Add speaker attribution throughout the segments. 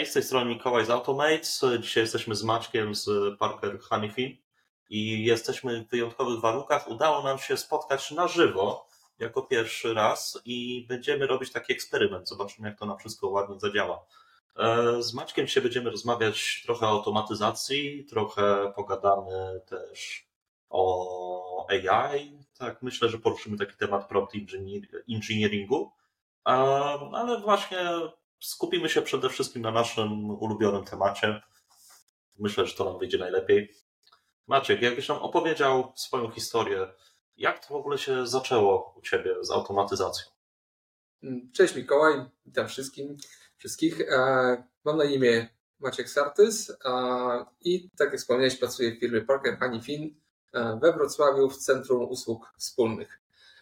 Speaker 1: Z tej strony Mikołaj z Automates. Dzisiaj jesteśmy z Maćkiem z Parker Honeyfin i jesteśmy w wyjątkowych warunkach. Udało nam się spotkać na żywo jako pierwszy raz i będziemy robić taki eksperyment. Zobaczymy, jak to nam wszystko ładnie zadziała. Z Maćkiem dzisiaj będziemy rozmawiać trochę o automatyzacji, trochę pogadamy też o AI. Tak, myślę, że poruszymy taki temat prompt engineeringu, ale właśnie skupimy się przede wszystkim na naszym ulubionym temacie. Myślę, że to nam wyjdzie najlepiej. Maciek, jakbyś nam opowiedział swoją historię, jak to w ogóle się zaczęło u Ciebie z automatyzacją?
Speaker 2: Cześć Mikołaj, witam wszystkich. Mam na imię Maciek Sartys i tak jak wspomniałeś, pracuję w firmie Parker Honeyfin we Wrocławiu w Centrum Usług Wspólnych.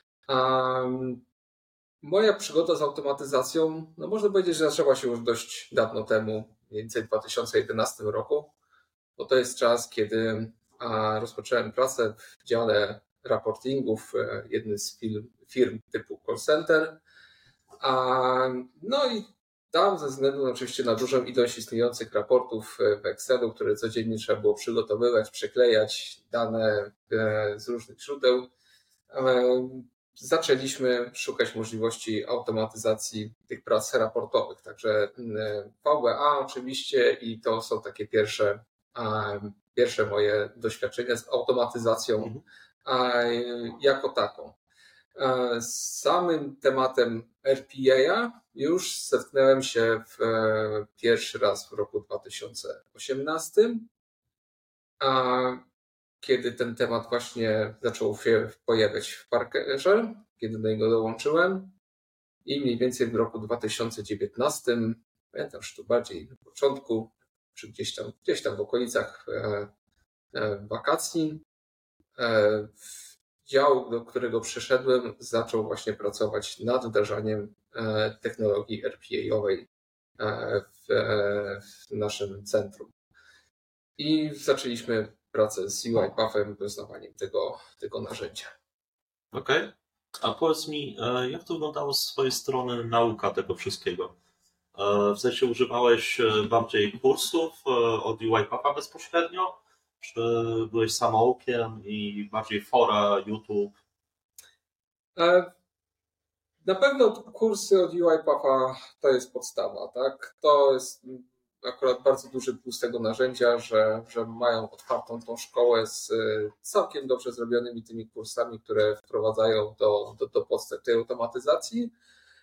Speaker 2: Moja przygoda z automatyzacją, można powiedzieć, że zaczęła się już dość dawno temu, mniej więcej w 2011 roku, bo to jest czas, kiedy rozpocząłem pracę w dziale raportingu w jednym z firm typu call center. No i tam ze względu oczywiście na dużą ilość istniejących raportów w Excelu, które codziennie trzeba było przygotowywać, przeklejać dane z różnych źródeł, zaczęliśmy szukać możliwości automatyzacji tych prac raportowych. Także VBA oczywiście i to są takie pierwsze moje doświadczenia z automatyzacją jako taką. Z samym tematem RPA już zetknąłem się pierwszy raz w roku 2018, kiedy ten temat właśnie zaczął się pojawiać w Parkerze, kiedy do niego dołączyłem i mniej więcej w roku 2019, pamiętam, że to bardziej na początku, czy gdzieś tam w okolicach wakacji, dział, do którego przyszedłem, zaczął właśnie pracować nad wdrażaniem technologii RPA-owej w naszym centrum. I zaczęliśmy pracę z UiPathem, wyznawaniem tego narzędzia.
Speaker 1: Okej. A powiedz mi, jak to wyglądało z swojej strony nauka tego wszystkiego? W sensie używałeś bardziej kursów od UiPatha bezpośrednio? Czy byłeś samoukiem i bardziej fora, YouTube?
Speaker 2: Na pewno kursy od UiPatha to jest podstawa, tak? To jest akurat bardzo duży plus tego narzędzia, że mają otwartą tą szkołę z całkiem dobrze zrobionymi tymi kursami, które wprowadzają do podstaw tej automatyzacji.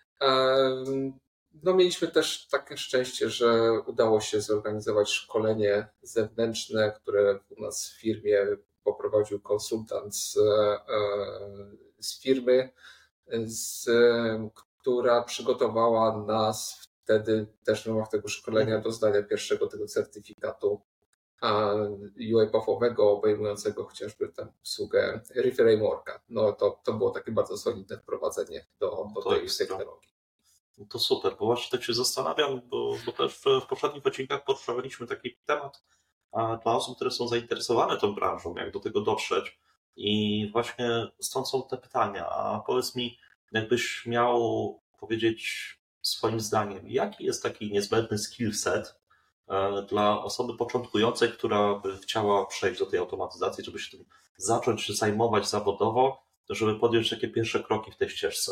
Speaker 2: Mieliśmy też takie szczęście, że udało się zorganizować szkolenie zewnętrzne, które u nas w firmie poprowadził konsultant z firmy, która przygotowała nas wtedy też w ramach tego szkolenia do zdania pierwszego tego certyfikatu UiPathowego, obejmującego chociażby tę usługę Reframeworka. To było takie bardzo solidne wprowadzenie do tej technologii.
Speaker 1: To super, bo właśnie tak się zastanawiam, bo też w poprzednich odcinkach poruszaliśmy taki temat dla osób, które są zainteresowane tą branżą, jak do tego dotrzeć. I właśnie stąd są te pytania. A powiedz mi, jakbyś miał powiedzieć swoim zdaniem, jaki jest taki niezbędny skill set dla osoby początkującej, która by chciała przejść do tej automatyzacji, żeby się tym zacząć zajmować zawodowo, żeby podjąć takie pierwsze kroki w tej ścieżce?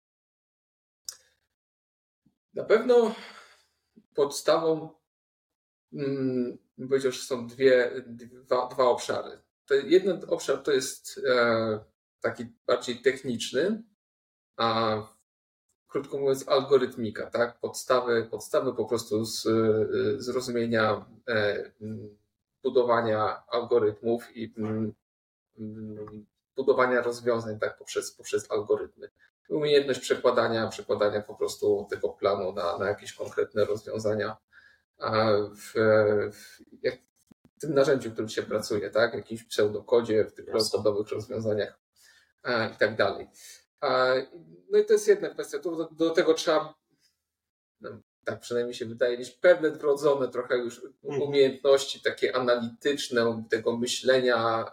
Speaker 2: Na pewno podstawą, bym powiedział, że są dwa obszary. Jeden obszar to jest taki bardziej techniczny, a krótko mówiąc algorytmika, tak? Podstawy po prostu zrozumienia budowania algorytmów i budowania rozwiązań, tak? Poprzez algorytmy. Umiejętność przekładania po prostu tego planu na jakieś konkretne rozwiązania w tym narzędziu, w którym się pracuje, tak? W jakimś pseudokodzie, w tych podstawowych rozwiązaniach i tak dalej. No i to jest jedna kwestia. Do tego trzeba, tak przynajmniej się wydaje, mieć pewne wrodzone trochę już umiejętności takie analityczne, tego myślenia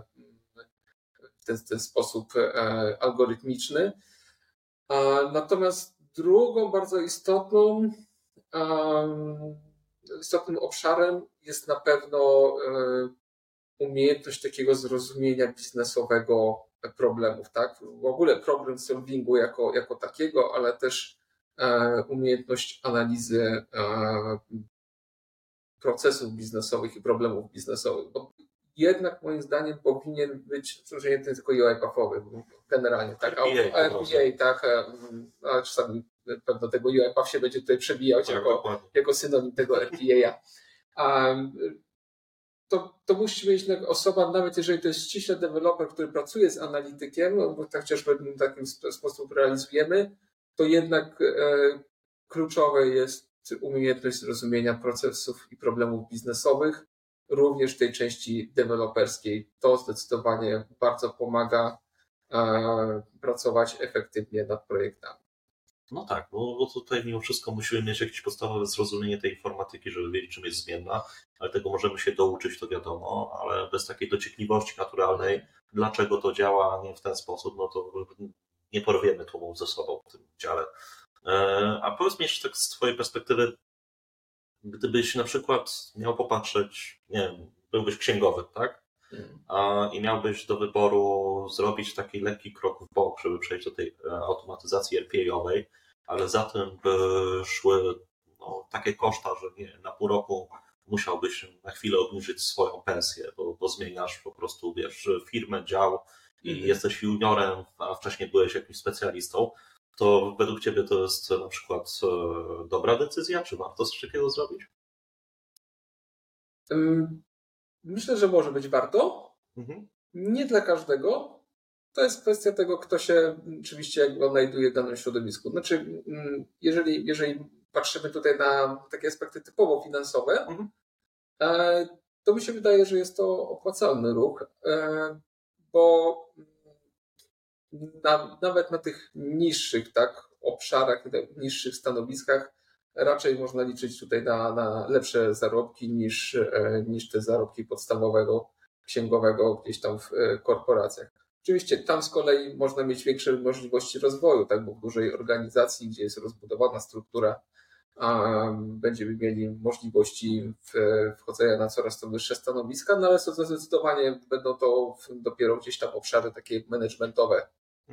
Speaker 2: w ten sposób algorytmiczny. Natomiast drugą bardzo istotną istotnym obszarem jest na pewno umiejętność takiego zrozumienia biznesowego problemów, tak? W ogóle problem solvingu jako takiego, ale też umiejętność analizy procesów biznesowych i problemów biznesowych. Bo jednak moim zdaniem powinien być, że nie tylko UiPath-owy, generalnie, tak? RPA, tak, ale czasami pewno tego UiPath się będzie tutaj przebijał jako synonim tego RPA. To musi być osoba, nawet jeżeli to jest ściśle deweloper, który pracuje z analitykiem, bo tak chociażby w takim sposób realizujemy, to jednak kluczowe jest umiejętność zrozumienia procesów i problemów biznesowych, również w tej części deweloperskiej. To zdecydowanie bardzo pomaga pracować efektywnie nad projektami.
Speaker 1: No tak, bo tutaj mimo wszystko musimy mieć jakieś podstawowe zrozumienie tej informatyki, żeby wiedzieć, czym jest zmienna, ale tego możemy się douczyć, to wiadomo, ale bez takiej dociekliwości naturalnej, dlaczego to działa, a nie w ten sposób, no to nie porwiemy tłumów ze sobą w tym dziale. A powiedz mi jeszcze tak z twojej perspektywy, gdybyś na przykład miał popatrzeć, nie wiem, byłbyś księgowym, tak? I miałbyś do wyboru zrobić taki lekki krok w bok, żeby przejść do tej automatyzacji RPA-owej, ale za tym by szły takie koszta, że nie, na pół roku musiałbyś na chwilę obniżyć swoją pensję, bo zmieniasz po prostu, wiesz, firmę, dział i jesteś juniorem, a wcześniej byłeś jakimś specjalistą, to według ciebie to jest na przykład dobra decyzja? Czy warto coś takiego zrobić?
Speaker 2: Myślę, że może być warto. Nie dla każdego. To jest kwestia tego, kto się oczywiście jakby odnajduje w danym środowisku. Znaczy, jeżeli patrzymy tutaj na takie aspekty typowo finansowe, to mi się wydaje, że jest to opłacalny ruch, bo nawet na tych niższych obszarach, niższych stanowiskach raczej można liczyć tutaj na lepsze zarobki niż te zarobki podstawowego księgowego gdzieś tam w korporacjach. Oczywiście tam z kolei można mieć większe możliwości rozwoju, tak, bo w dużej organizacji, gdzie jest rozbudowana struktura, będziemy mieli możliwości wchodzenia na coraz to wyższe stanowiska, no ale to zdecydowanie będą to dopiero gdzieś tam obszary takie managementowe,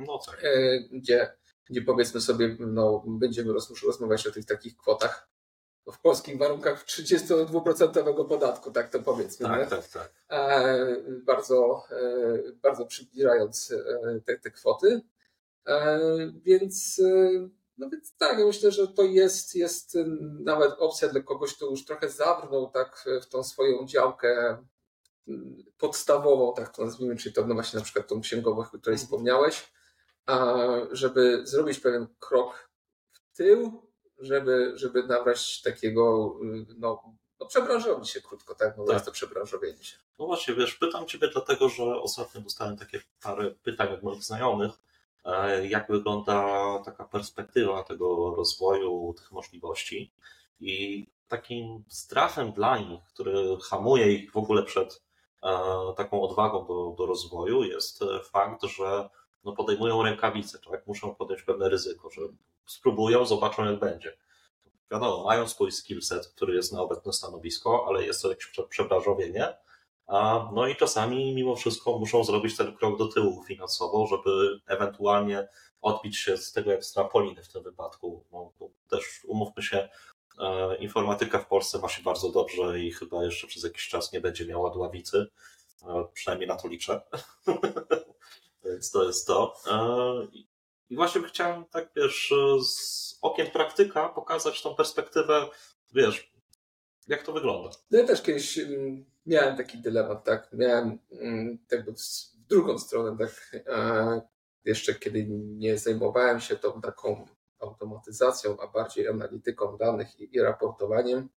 Speaker 2: gdzie powiedzmy sobie, będziemy rozmawiać o tych takich kwotach w polskich warunkach 32% podatku, tak to powiedzmy.
Speaker 1: Tak.
Speaker 2: Bardzo, bardzo przybliżając te kwoty. Więc tak, ja myślę, że to jest nawet opcja dla kogoś, kto już trochę zabrnął w tą swoją działkę podstawową, tak to nazwijmy, czyli to właśnie na przykład tą księgowość, o której wspomniałeś, żeby zrobić pewien krok w tył, żeby nabrać takiego, przebranżowić się krótko, tak? Jest to przebranżowienie się.
Speaker 1: No właśnie, wiesz, pytam Ciebie dlatego, że ostatnio dostałem takie parę pytań od moich znajomych, jak wygląda taka perspektywa tego rozwoju, tych możliwości i takim strachem dla nich, który hamuje ich w ogóle przed taką odwagą do rozwoju jest fakt, że podejmują rękawice, tak? Muszą podjąć pewne ryzyko, że spróbują, zobaczą jak będzie. Wiadomo, mają swój skillset, który jest na obecne stanowisko, ale jest to jakieś przebranżowienie. No i czasami mimo wszystko muszą zrobić ten krok do tyłu finansowo, żeby ewentualnie odbić się z tego jak z trampoliny w tym wypadku. Też umówmy się, informatyka w Polsce ma się bardzo dobrze i chyba jeszcze przez jakiś czas nie będzie miała dławicy. Przynajmniej na to liczę. Więc to jest to. I właśnie chciałem tak, wiesz, z okiem praktyka pokazać tą perspektywę, wiesz, jak to wygląda.
Speaker 2: No ja też kiedyś miałem taki dylemat, tak? Miałem jakby w drugą stronę, tak? Jeszcze kiedy nie zajmowałem się tą taką automatyzacją, a bardziej analityką danych i raportowaniem,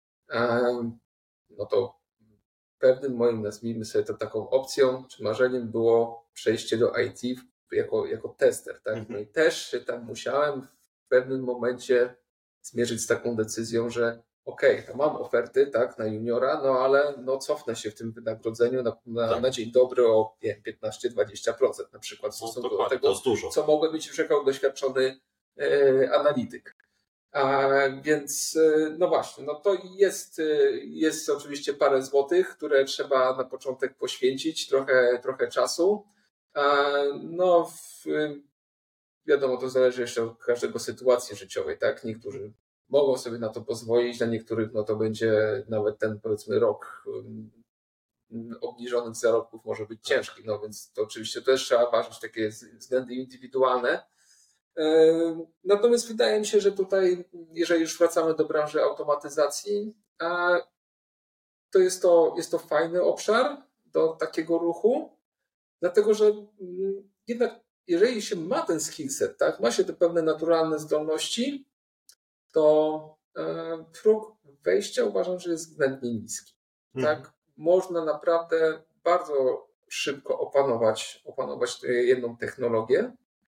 Speaker 2: no to pewnym moim, nazwijmy sobie to taką opcją, czy marzeniem było przejście do IT jako tester, tak? No i też się tam musiałem w pewnym momencie zmierzyć z taką decyzją, że to mam oferty, tak, na juniora, ale cofnę się w tym wynagrodzeniu na dzień dobry o 15-20% na przykład w stosunku do tego, co mogłem być już jako doświadczony analityk. Więc no właśnie, no to jest oczywiście parę złotych, które trzeba na początek poświęcić, trochę czasu. No wiadomo, to zależy jeszcze od każdego sytuacji życiowej, tak? Niektórzy mogą sobie na to pozwolić, dla niektórych no to będzie nawet ten, powiedzmy, rok obniżonych zarobków może być ciężki, no więc to oczywiście też trzeba ważyć takie względy indywidualne. Natomiast wydaje mi się, że tutaj, jeżeli już wracamy do branży automatyzacji, to jest to fajny obszar do takiego ruchu, dlatego że jednak jeżeli się ma ten skillset, tak, ma się te pewne naturalne zdolności, to próg wejścia uważam, że jest względnie niski. Tak? Można naprawdę bardzo szybko opanować jedną technologię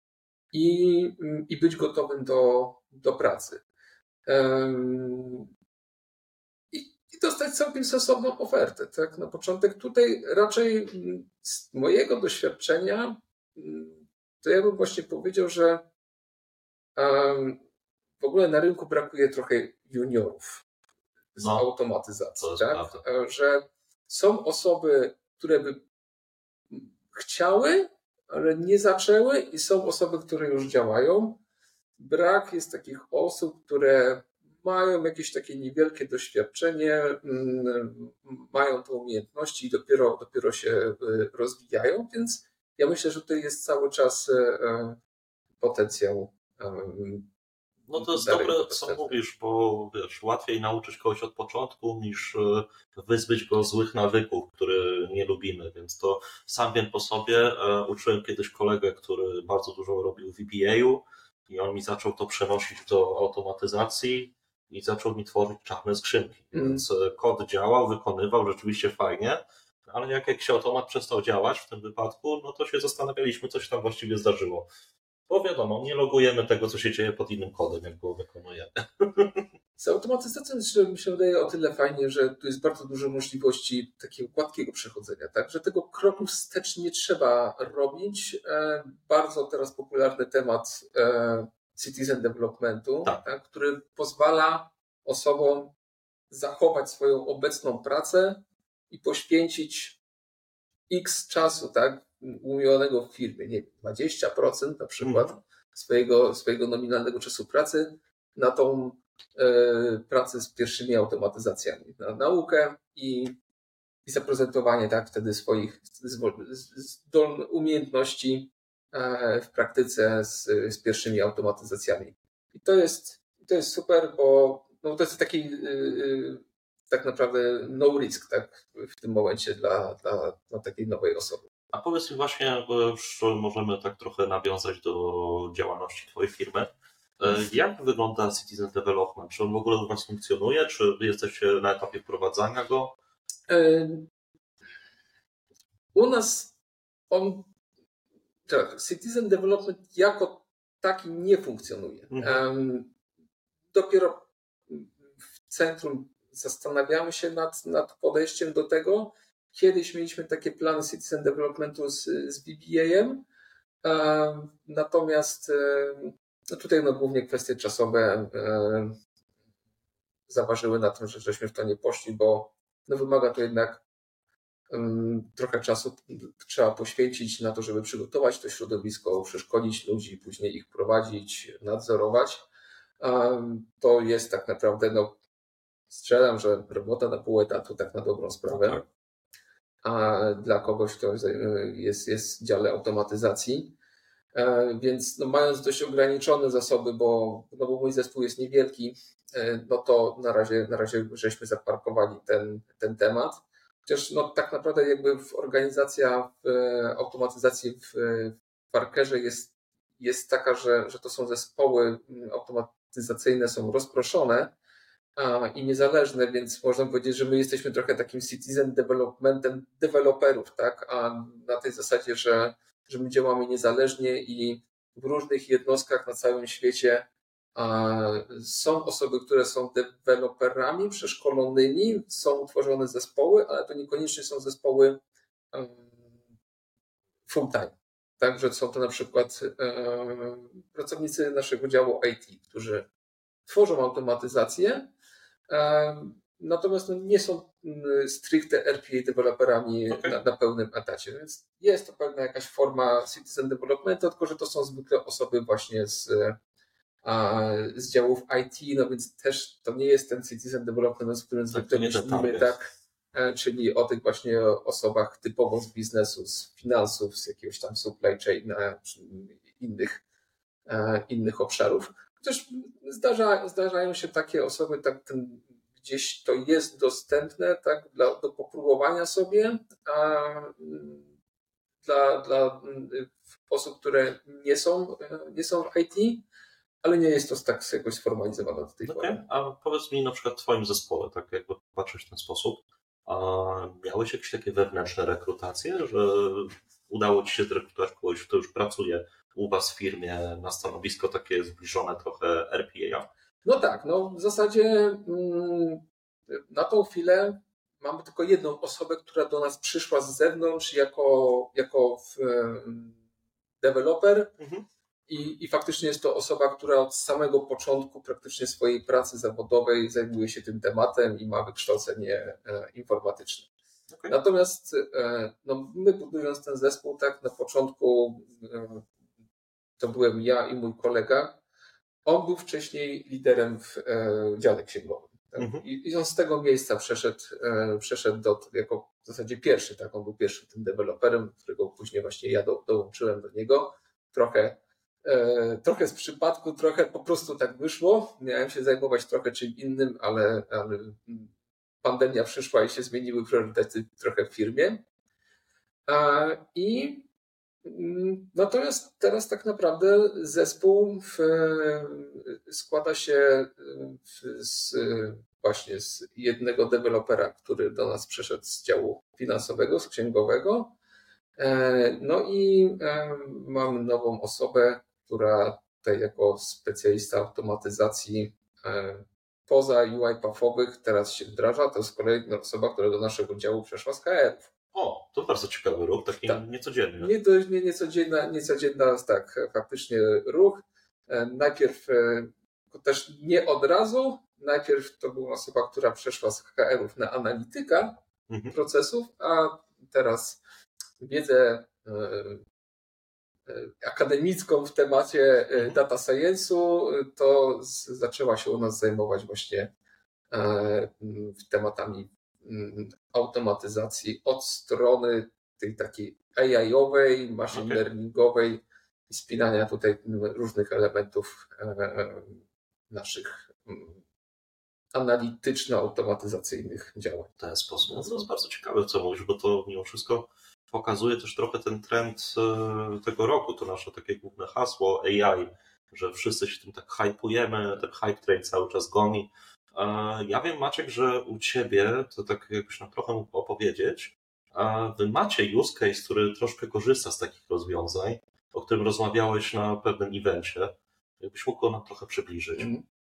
Speaker 2: i być gotowym do pracy. I dostać całkiem sensowną ofertę. Tak? Na początek tutaj raczej z mojego doświadczenia to ja bym właśnie powiedział, że w ogóle na rynku brakuje trochę juniorów z automatyzacji. Tak? Że są osoby, które by chciały, ale nie zaczęły i są osoby, które już działają. Brak jest takich osób, które mają jakieś takie niewielkie doświadczenie, mają te umiejętności i dopiero się rozwijają, więc ja myślę, że tutaj jest cały czas potencjał.
Speaker 1: No to jest dobre, co mówisz, bo wiesz, łatwiej nauczyć kogoś od początku niż wyzbyć go złych nawyków, które nie lubimy, więc to sam wiem po sobie. Uczyłem kiedyś kolegę, który bardzo dużo robił w VBA-u i on mi zaczął to przenosić do automatyzacji i zaczął mi tworzyć czarne skrzynki. Więc kod działał, wykonywał rzeczywiście fajnie, ale jak się automat przestał działać w tym wypadku, no to się zastanawialiśmy, co się tam właściwie zdarzyło. Bo wiadomo, nie logujemy tego, co się dzieje pod innym kodem, jak go wykonujemy.
Speaker 2: Z automatyzacją mi się wydaje o tyle fajnie, że tu jest bardzo dużo możliwości takiego gładkiego przechodzenia, tak? Że tego kroku wstecz nie trzeba robić. Bardzo teraz popularny temat citizen developmentu, tak? Który pozwala osobom zachować swoją obecną pracę i poświęcić X czasu, tak? Umówionego w firmie, nie wiem, 20% na przykład swojego nominalnego czasu pracy na tą pracę z pierwszymi automatyzacjami, na naukę i zaprezentowanie tak wtedy swoich umiejętności w praktyce z pierwszymi automatyzacjami. I to jest super, bo no to jest taki tak naprawdę no risk, tak, w tym momencie dla takiej nowej osoby.
Speaker 1: A powiedz mi właśnie, bo już możemy tak trochę nawiązać do działalności twojej firmy. Jak wygląda Citizen Development? Czy on w ogóle u was funkcjonuje? Czy wy jesteście na etapie wprowadzania go?
Speaker 2: U nas Citizen Development jako taki nie funkcjonuje. Dopiero w centrum zastanawiamy się nad podejściem do tego. Kiedyś mieliśmy takie plany Citizen Developmentu z VBA-em, natomiast no tutaj no głównie kwestie czasowe zaważyły na tym, że żeśmy w to nie poszli, bo no wymaga to jednak trochę czasu trzeba poświęcić na to, żeby przygotować to środowisko, przeszkolić ludzi, później ich prowadzić, nadzorować. To jest tak naprawdę, no strzelam, że robota na pół etatu, tak na dobrą sprawę. Tak. A dla kogoś, kto jest w dziale automatyzacji. Więc no, mając dość ograniczone zasoby, bo mój zespół jest niewielki, no to na razie żeśmy zaparkowali ten temat. Chociaż no, tak naprawdę jakby organizacja w automatyzacji w Parkerze jest taka, że to są zespoły automatyzacyjne, są rozproszone i niezależne, więc można powiedzieć, że my jesteśmy trochę takim citizen developmentem deweloperów, tak? A na tej zasadzie, że my działamy niezależnie i w różnych jednostkach na całym świecie są osoby, które są deweloperami przeszkolonymi, są utworzone zespoły, ale to niekoniecznie są zespoły full time. Także są to na przykład pracownicy naszego działu IT, którzy tworzą automatyzację, natomiast nie są stricte RPA deweloperami na pełnym etacie, więc jest to pewna jakaś forma citizen developmentu, tylko że to są zwykle osoby właśnie z działów IT, no więc też to nie jest ten citizen development, o którym zwykle myślimy, tak, czyli o tych właśnie osobach typowo z biznesu, z finansów, z jakiegoś tam supply chain, czy innych obszarów. Chociaż zdarzają się takie osoby, tak gdzieś to jest dostępne, tak, do popróbowania sobie, dla osób, które nie są w IT, ale nie jest to tak jakoś sformalizowane do tej pory.
Speaker 1: A powiedz mi na przykład w twoim zespole, tak jakby patrzeć w ten sposób, a miałeś jakieś takie wewnętrzne rekrutacje, że udało ci się zrekrutować kogoś, kto już pracuje u was w firmie na stanowisko takie zbliżone trochę RPA?
Speaker 2: No tak, no w zasadzie na tą chwilę mamy tylko jedną osobę, która do nas przyszła z zewnątrz jako deweloper. I faktycznie jest to osoba, która od samego początku praktycznie swojej pracy zawodowej zajmuje się tym tematem i ma wykształcenie informatyczne. Okay. Natomiast no, my budując ten zespół, tak na początku to byłem ja i mój kolega. On był wcześniej liderem w dziale księgowym. Tak? I on z tego miejsca przeszedł jako w zasadzie pierwszy, tak? On był pierwszym tym deweloperem, którego później właśnie ja dołączyłem do niego. Trochę z przypadku, trochę po prostu tak wyszło. Miałem się zajmować trochę czym innym, ale pandemia przyszła i się zmieniły priorytety trochę w firmie. Natomiast teraz tak naprawdę zespół składa się właśnie z jednego dewelopera, który do nas przeszedł z działu finansowego, z księgowego. No i mamy nową osobę, która tutaj jako specjalista automatyzacji poza UI-pafowych teraz się wdraża. To jest kolejna osoba, która do naszego działu przeszła z HR-ów.
Speaker 1: O, to bardzo ciekawy ruch, taki tak. Niecodzienny.
Speaker 2: Niecodzienna, tak, faktycznie ruch. Najpierw też nie od razu. Najpierw to była osoba, która przeszła z HR-ów na analityka procesów, a teraz wiedzę akademicką w temacie data science'u, to zaczęła się u nas zajmować właśnie tematami automatyzacji od strony tej takiej AI-owej, machine learningowej i spinania tutaj różnych elementów naszych analityczno-automatyzacyjnych działań.
Speaker 1: W ten sposób. No to jest bardzo ciekawe, co mówisz, bo to mimo wszystko pokazuje też trochę ten trend tego roku, to nasze takie główne hasło AI, że wszyscy się tym tak hypujemy, ten hype train cały czas goni. Ja wiem, Maciek, że u ciebie, to tak jakbyś nam trochę mógł opowiedzieć, wy macie use case, który troszkę korzysta z takich rozwiązań, o którym rozmawiałeś na pewnym evencie. Jakbyś mógł go nam trochę przybliżyć.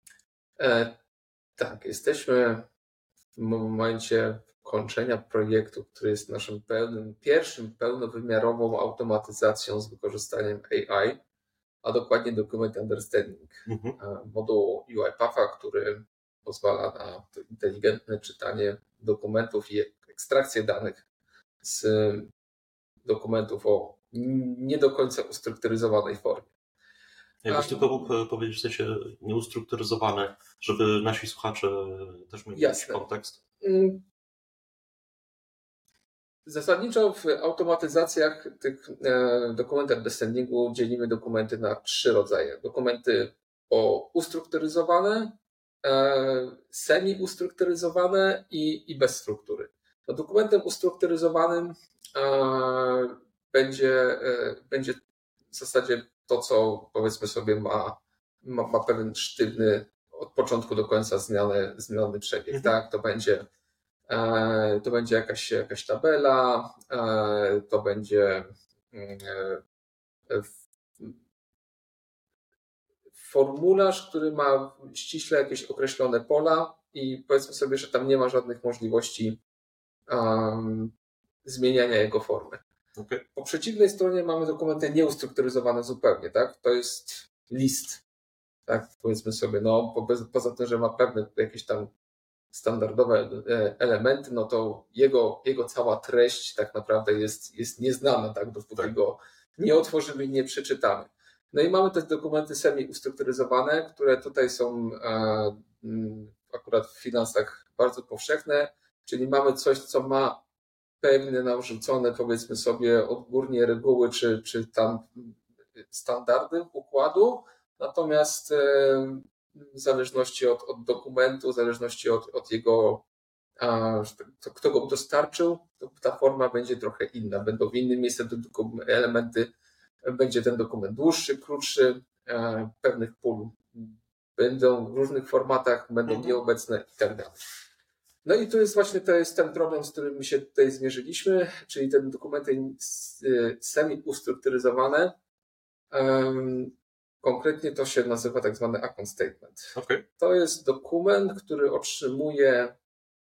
Speaker 2: Tak, jesteśmy w momencie kończenia projektu, który jest naszym pierwszym pełnowymiarową automatyzacją z wykorzystaniem AI, a dokładnie Document Understanding, modułu UiPatha, który pozwala na inteligentne czytanie dokumentów i ekstrakcję danych z dokumentów o nie do końca ustrukturyzowanej formie.
Speaker 1: Jakbyś tylko mógł powiedzieć w sensie nieustrukturyzowane, żeby nasi słuchacze też mieli jakiś kontekst.
Speaker 2: Zasadniczo w automatyzacjach tych Document Understandingu dzielimy dokumenty na 3 rodzaje. Dokumenty ustrukturyzowane, semi-ustrukturyzowane i bez struktury. No, dokumentem ustrukturyzowanym będzie w zasadzie to, co powiedzmy sobie ma pewien sztywny od początku do końca zmiany przebieg. Tak? To będzie jakaś tabela, to będzie formularz, który ma ściśle jakieś określone pola i powiedzmy sobie, że tam nie ma żadnych możliwości zmieniania jego formy.
Speaker 1: Okay.
Speaker 2: Po przeciwnej stronie mamy dokumenty nieustrukturyzowane zupełnie, tak? To jest list. tak, powiedzmy sobie, no poza tym, że ma pewne jakieś tam standardowe elementy, no to jego cała treść tak naprawdę jest nieznana, tak, dopóki go nie otworzymy i nie przeczytamy. No i mamy też dokumenty semi-ustrukturyzowane, które tutaj są akurat w finansach bardzo powszechne, czyli mamy coś, co ma pewne narzucone, powiedzmy sobie, odgórnie reguły czy tam standardy układu, natomiast w zależności od dokumentu, w zależności od jego, kto go dostarczył, to ta forma będzie trochę inna. Będą w innym miejscu elementy, będzie ten dokument dłuższy, krótszy, pewnych pól będą w różnych formatach, będą nieobecne i tak dalej. No i tu jest właśnie to jest ten problem, z którym my się tutaj zmierzyliśmy, czyli te dokumenty semi-ustrukturyzowane. Konkretnie to się nazywa tak zwany account statement.
Speaker 1: Okay.
Speaker 2: To jest dokument, który otrzymuje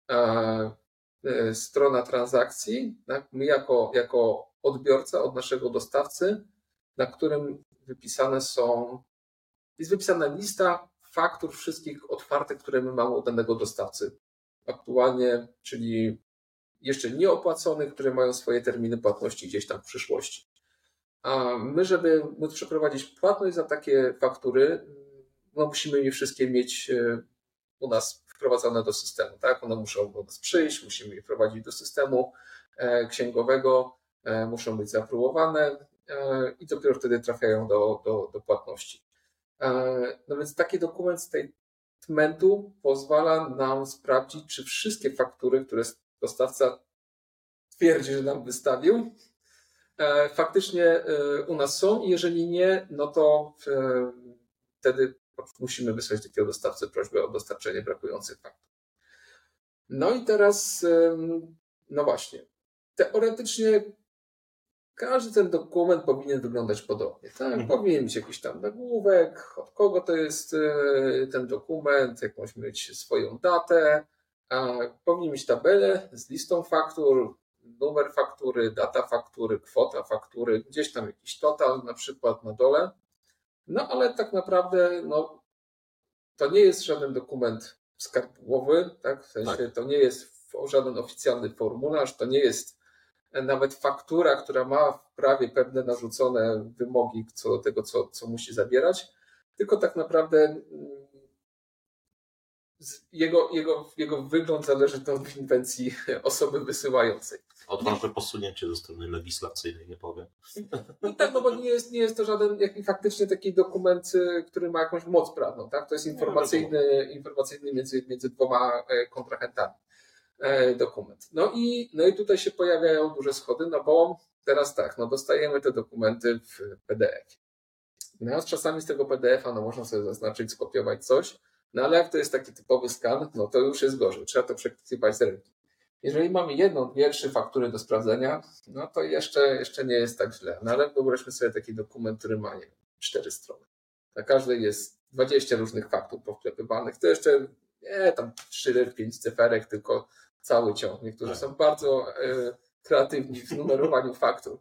Speaker 2: strona transakcji, tak? My jako odbiorca od naszego dostawcy, na którym jest wypisana lista faktur wszystkich otwartych, które my mamy od danego dostawcy aktualnie, czyli jeszcze nieopłaconych, które mają swoje terminy płatności gdzieś tam w przyszłości. A my, żeby móc przeprowadzić płatność za takie faktury, no musimy je wszystkie mieć u nas wprowadzone do systemu. Tak? One muszą do nas przyjść, musimy je wprowadzić do systemu księgowego, muszą być zaaprobowane i dopiero wtedy trafiają do płatności. No więc taki dokument statementu pozwala nam sprawdzić, czy wszystkie faktury, które dostawca twierdzi, że nam wystawił, faktycznie u nas są i jeżeli nie, no to wtedy musimy wysłać takiego dostawcy prośbę o dostarczenie brakujących faktur. No i teraz, no właśnie, teoretycznie każdy ten dokument powinien wyglądać podobnie. Tak? Powinien mieć jakiś tam nagłówek, od kogo to jest ten dokument, jakąś mieć swoją datę, powinien mieć tabelę z listą faktur, numer faktury, data faktury, kwota faktury, gdzieś tam jakiś total na przykład na dole. No ale tak naprawdę no, to nie jest żaden dokument skarbowy, tak? W sensie to nie jest żaden oficjalny formularz, to nie jest nawet faktura, która ma w prawie pewne narzucone wymogi co do tego, co musi zawierać, tylko tak naprawdę jego wygląd zależy od inwencji osoby wysyłającej.
Speaker 1: Odważne posunięcie ze strony legislacyjnej, nie powiem.
Speaker 2: No tak, no bo nie jest to żaden faktycznie taki dokument, który ma jakąś moc prawną. Tak? To jest informacyjny między dwoma kontrahentami dokument. No i tutaj się pojawiają duże schody, no bo teraz tak, no dostajemy te dokumenty w PDF. No czasami z tego PDF-a no można sobie zaznaczyć, skopiować coś, no ale jak to jest taki typowy skan, no to już jest gorzej. Trzeba to przeklikiwać z ręki. Jeżeli mamy 1, 2, 3 faktury do sprawdzenia, no to jeszcze nie jest tak źle. No ale wyobraźmy sobie taki dokument, który ma 4 strony. Na każdej jest 20 różnych faktur powklepywanych. To jeszcze nie tam 4-5 cyferek, tylko cały ciąg. Niektórzy są bardzo kreatywni w numerowaniu faktur.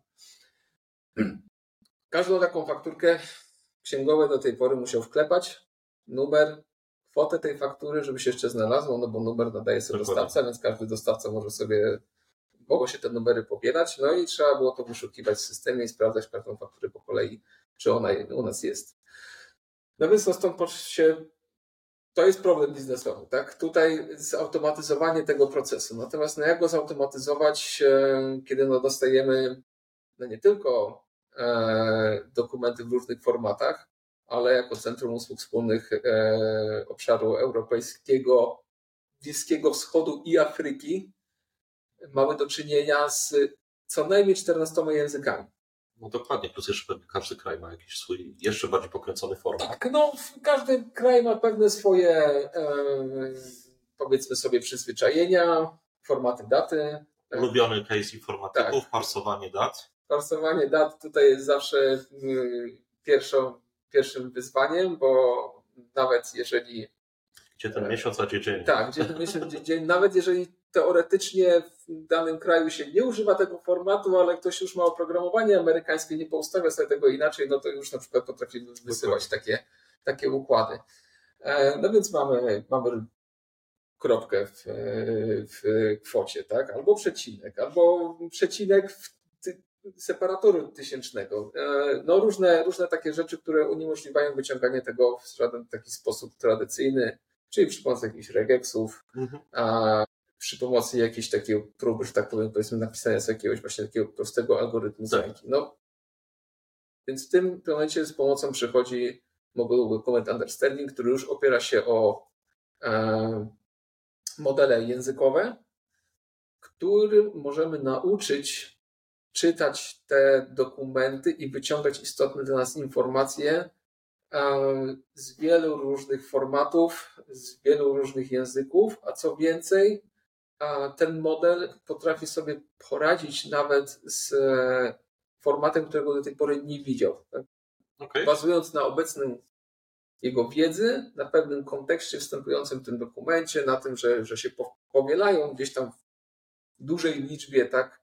Speaker 2: Każdą taką fakturkę księgowy do tej pory musiał wklepać numer, kwotę tej faktury, żeby się jeszcze znalazło, no bo numer nadaje sobie dostawca, więc każdy dostawca mogło się te numery pobierać, no i trzeba było to wyszukiwać w systemie i sprawdzać każdą fakturę po kolei, czy ona u nas jest. No więc stąd to jest problem biznesowy, tak? Tutaj zautomatyzowanie tego procesu. Natomiast jak go zautomatyzować, kiedy dostajemy nie tylko dokumenty w różnych formatach, ale jako Centrum Usług Wspólnych obszaru europejskiego, Bliskiego Wschodu i Afryki mamy do czynienia z co najmniej 14 językami.
Speaker 1: No dokładnie, plus jeszcze pewnie każdy kraj ma jakiś swój jeszcze bardziej pokręcony format.
Speaker 2: Tak, no każdy kraj ma pewne swoje powiedzmy sobie przyzwyczajenia, formaty daty.
Speaker 1: Ulubiony case informatyków, tak. Parsowanie dat.
Speaker 2: Parsowanie dat tutaj jest zawsze pierwszym wyzwaniem, bo nawet jeżeli...
Speaker 1: Gdzie ten miesiąc, a gdzie dzień.
Speaker 2: Tak, gdzie ten miesiąc, gdzie dzień. Nawet jeżeli teoretycznie w danym kraju się nie używa tego formatu, ale ktoś już ma oprogramowanie amerykańskie, nie poustawia sobie tego inaczej, no to już na przykład potrafi wysyłać takie układy. No więc mamy kropkę w kwocie, tak? Albo przecinek separatoru tysięcznego. No różne takie rzeczy, które uniemożliwiają wyciąganie tego w taki sposób tradycyjny, czyli przy pomocy jakichś regexów, a przy pomocy jakiejś takiej próby, że tak powiem, powiedzmy napisania z jakiegoś właśnie takiego prostego algorytmu z ręki. No, więc w tym momencie z pomocą przychodzi moduł Document Understanding, który już opiera się o modele językowe, którym możemy nauczyć czytać te dokumenty i wyciągać istotne dla nas informacje z wielu różnych formatów, z wielu różnych języków, a co więcej, ten model potrafi sobie poradzić nawet z formatem, którego do tej pory nie widział. Tak?
Speaker 1: Okay.
Speaker 2: Bazując na obecnym jego wiedzy, na pewnym kontekście występującym w tym dokumencie, na tym, że się powielają gdzieś tam w dużej liczbie tak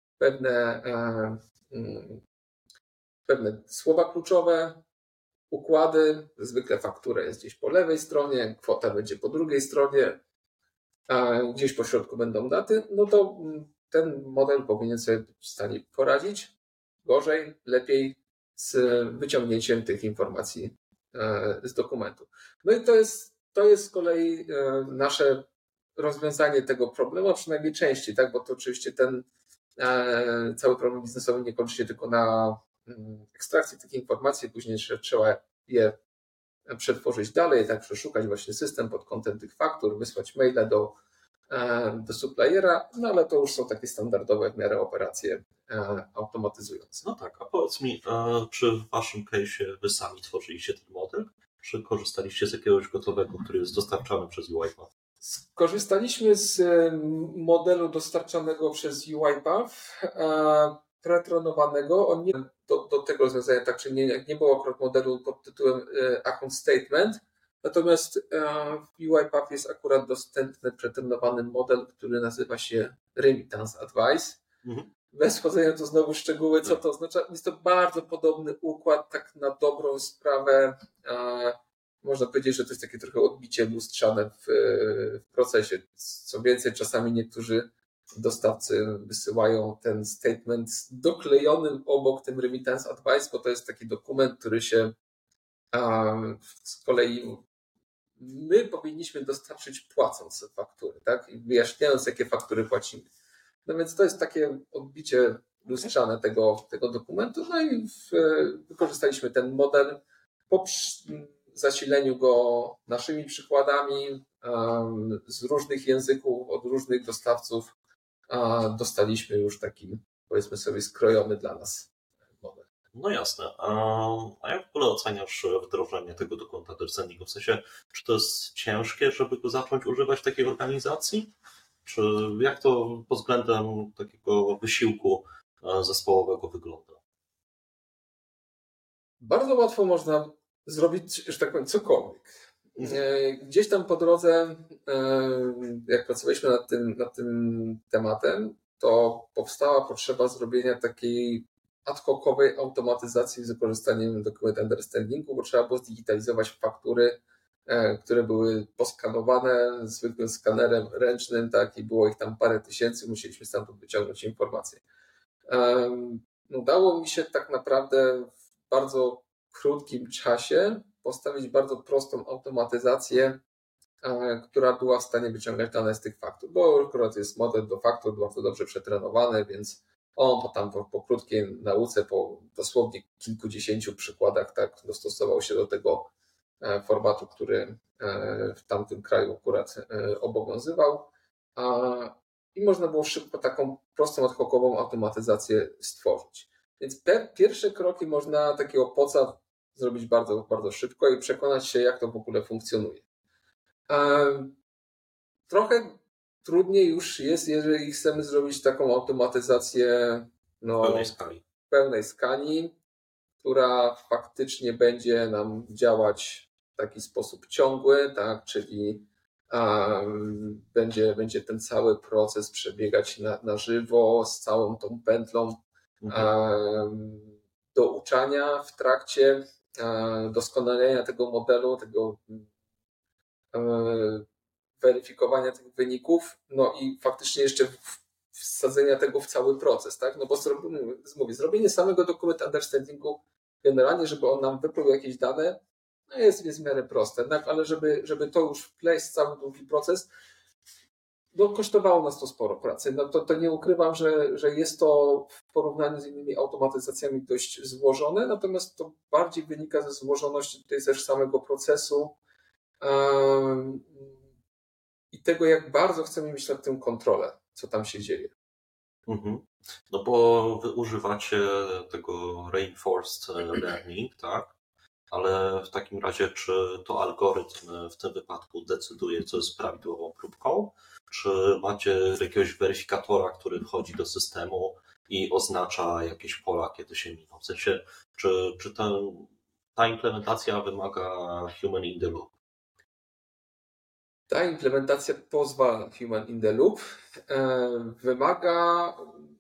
Speaker 2: pewne słowa kluczowe, układy, zwykle faktura jest gdzieś po lewej stronie, kwota będzie po drugiej stronie, a gdzieś po środku będą daty, no to ten model powinien sobie być w stanie poradzić gorzej, lepiej z wyciągnięciem tych informacji z dokumentu. No i to jest z kolei nasze rozwiązanie tego problemu, a przynajmniej części, tak? Bo to oczywiście ten cały problem biznesowy nie kończy się tylko na ekstrakcji tych informacji, później trzeba je przetworzyć dalej, tak przeszukać właśnie system pod kątem tych faktur, wysłać maila do suppliera, no ale to już są takie standardowe w miarę operacje automatyzujące.
Speaker 1: No tak, a powiedz mi, czy w waszym case'ie wy sami tworzyliście ten model, czy korzystaliście z jakiegoś gotowego, który jest dostarczany przez UiPath?
Speaker 2: Skorzystaliśmy z modelu dostarczanego przez UiPath, pretrenowanego. On nie do tego rozwiązania, tak czy nie było akurat modelu pod tytułem Account Statement, natomiast w UiPath jest akurat dostępny pretrenowany model, który nazywa się Remittance Advice. Bez wchodzenia tu znowu w szczegóły, co to oznacza. Jest to bardzo podobny układ, tak na dobrą sprawę. Można powiedzieć, że to jest takie trochę odbicie lustrzane w procesie. Co więcej, czasami niektórzy dostawcy wysyłają ten statement doklejonym obok tym Remittance Advice, bo to jest taki dokument, który się z kolei my powinniśmy dostarczyć płacąc faktury, tak? I wyjaśniając, jakie faktury płacimy. No więc to jest takie odbicie lustrzane tego dokumentu. No i wykorzystaliśmy ten model po zasileniu go naszymi przykładami z różnych języków, od różnych dostawców. Dostaliśmy już taki, powiedzmy sobie, skrojony dla nas model.
Speaker 1: No jasne. A jak w ogóle oceniasz wdrożenie tego Document Understandingu? W sensie, czy to jest ciężkie, żeby go zacząć używać w takiej organizacji? Czy jak to pod względem takiego wysiłku zespołowego wygląda?
Speaker 2: Bardzo łatwo można zrobić, że tak powiem, cokolwiek. Gdzieś tam po drodze, jak pracowaliśmy nad tym tematem, to powstała potrzeba zrobienia takiej ad hocowej automatyzacji z wykorzystaniem Document Understandingu, bo trzeba było zdigitalizować faktury, które były poskanowane zwykłym skanerem ręcznym, tak, i było ich tam parę tysięcy, musieliśmy stamtąd wyciągnąć informacje. Udało mi się tak naprawdę w bardzo krótkim czasie postawić bardzo prostą automatyzację, która była w stanie wyciągać dane z tych faktur, bo akurat jest model do faktur bardzo dobrze przetrenowany, więc on po krótkiej nauce, po dosłownie kilkudziesięciu przykładach, tak, dostosował się do tego formatu, który w tamtym kraju akurat obowiązywał, i można było szybko taką prostą ad hocową automatyzację stworzyć. Więc pierwsze kroki można takiego poca zrobić bardzo, bardzo szybko i przekonać się, jak to w ogóle funkcjonuje. Trochę trudniej już jest, jeżeli chcemy zrobić taką automatyzację
Speaker 1: W pełnej skali,
Speaker 2: która faktycznie będzie nam działać w taki sposób ciągły, tak, czyli będzie ten cały proces przebiegać na żywo z całą tą pętlą douczania w trakcie. doskonalenia tego modelu, tego weryfikowania tych wyników, no i faktycznie jeszcze wsadzenia tego w cały proces, tak? No bo zrobienie samego dokument understandingu generalnie, żeby on nam wypluł jakieś dane, no jest w miarę proste, tak? Ale żeby to już wpleść cały długi proces, no kosztowało nas to sporo pracy. No to nie ukrywam, że jest to w porównaniu z innymi automatyzacjami dość złożone, natomiast to bardziej wynika ze złożoności tutaj też samego procesu i tego, jak bardzo chcemy mieć nad tym kontrolę, co tam się dzieje.
Speaker 1: Mhm. No bo wy używacie tego reinforced learning, tak? Ale w takim razie, czy to algorytm w tym wypadku decyduje, co jest prawidłową próbką? Czy macie jakiegoś weryfikatora, który wchodzi do systemu i oznacza jakieś pola, kiedy się miną? W sensie, czy ta implementacja wymaga human in the loop?
Speaker 2: Ta implementacja pozwala Human in the Loop. Wymaga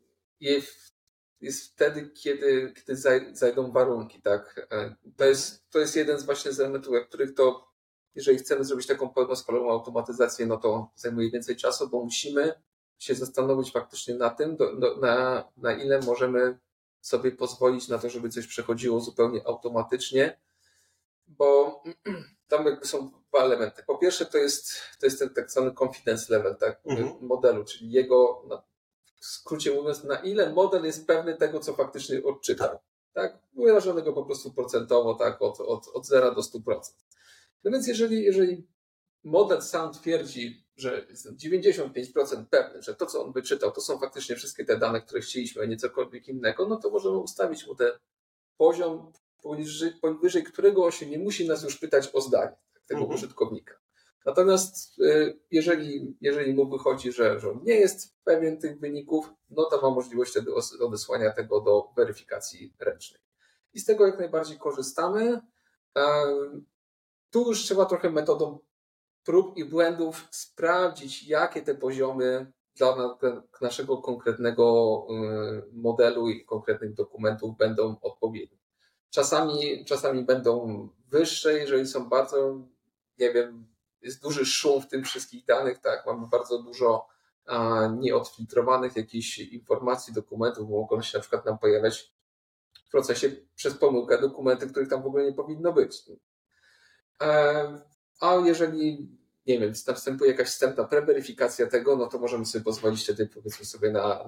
Speaker 2: jest wtedy, kiedy zajdą warunki. Tak? To jest jeden z właśnie z elementów, których to, jeżeli chcemy zrobić taką pełnoskalową automatyzację, no to zajmuje więcej czasu, bo musimy się zastanowić faktycznie na tym, na ile możemy sobie pozwolić na to, żeby coś przechodziło zupełnie automatycznie, bo tam jakby są dwa elementy. Po pierwsze to jest ten tak zwany confidence level, tak, modelu, czyli jego, w skrócie mówiąc, na ile model jest pewny tego, co faktycznie odczytał. Tak? Wyrażonego po prostu procentowo, tak, od 0 do 100%. No więc jeżeli model sam twierdzi, że jest 95% pewny, że to, co on wyczytał, to są faktycznie wszystkie te dane, które chcieliśmy, a nie cokolwiek innego, no to możemy ustawić mu ten poziom, powyżej którego on się nie musi nas już pytać o zdanie tego użytkownika. Natomiast jeżeli mu wychodzi, że on nie jest pewien tych wyników, no to ma możliwość wtedy odesłania tego do weryfikacji ręcznej. I z tego jak najbardziej korzystamy. Tu już trzeba trochę metodą prób i błędów sprawdzić, jakie te poziomy dla naszego konkretnego modelu i konkretnych dokumentów będą odpowiednie. Czasami będą wyższe, jeżeli są bardzo, nie wiem, jest duży szum w tym wszystkich danych, tak, mamy bardzo dużo nieodfiltrowanych jakichś informacji, dokumentów, bo mogą się na przykład nam pojawiać w procesie przez pomyłkę dokumenty, których tam w ogóle nie powinno być. A jeżeli, nie wiem, następuje jakaś wstępna preweryfikacja tego, no to możemy sobie pozwolić wtedy, powiedzmy sobie,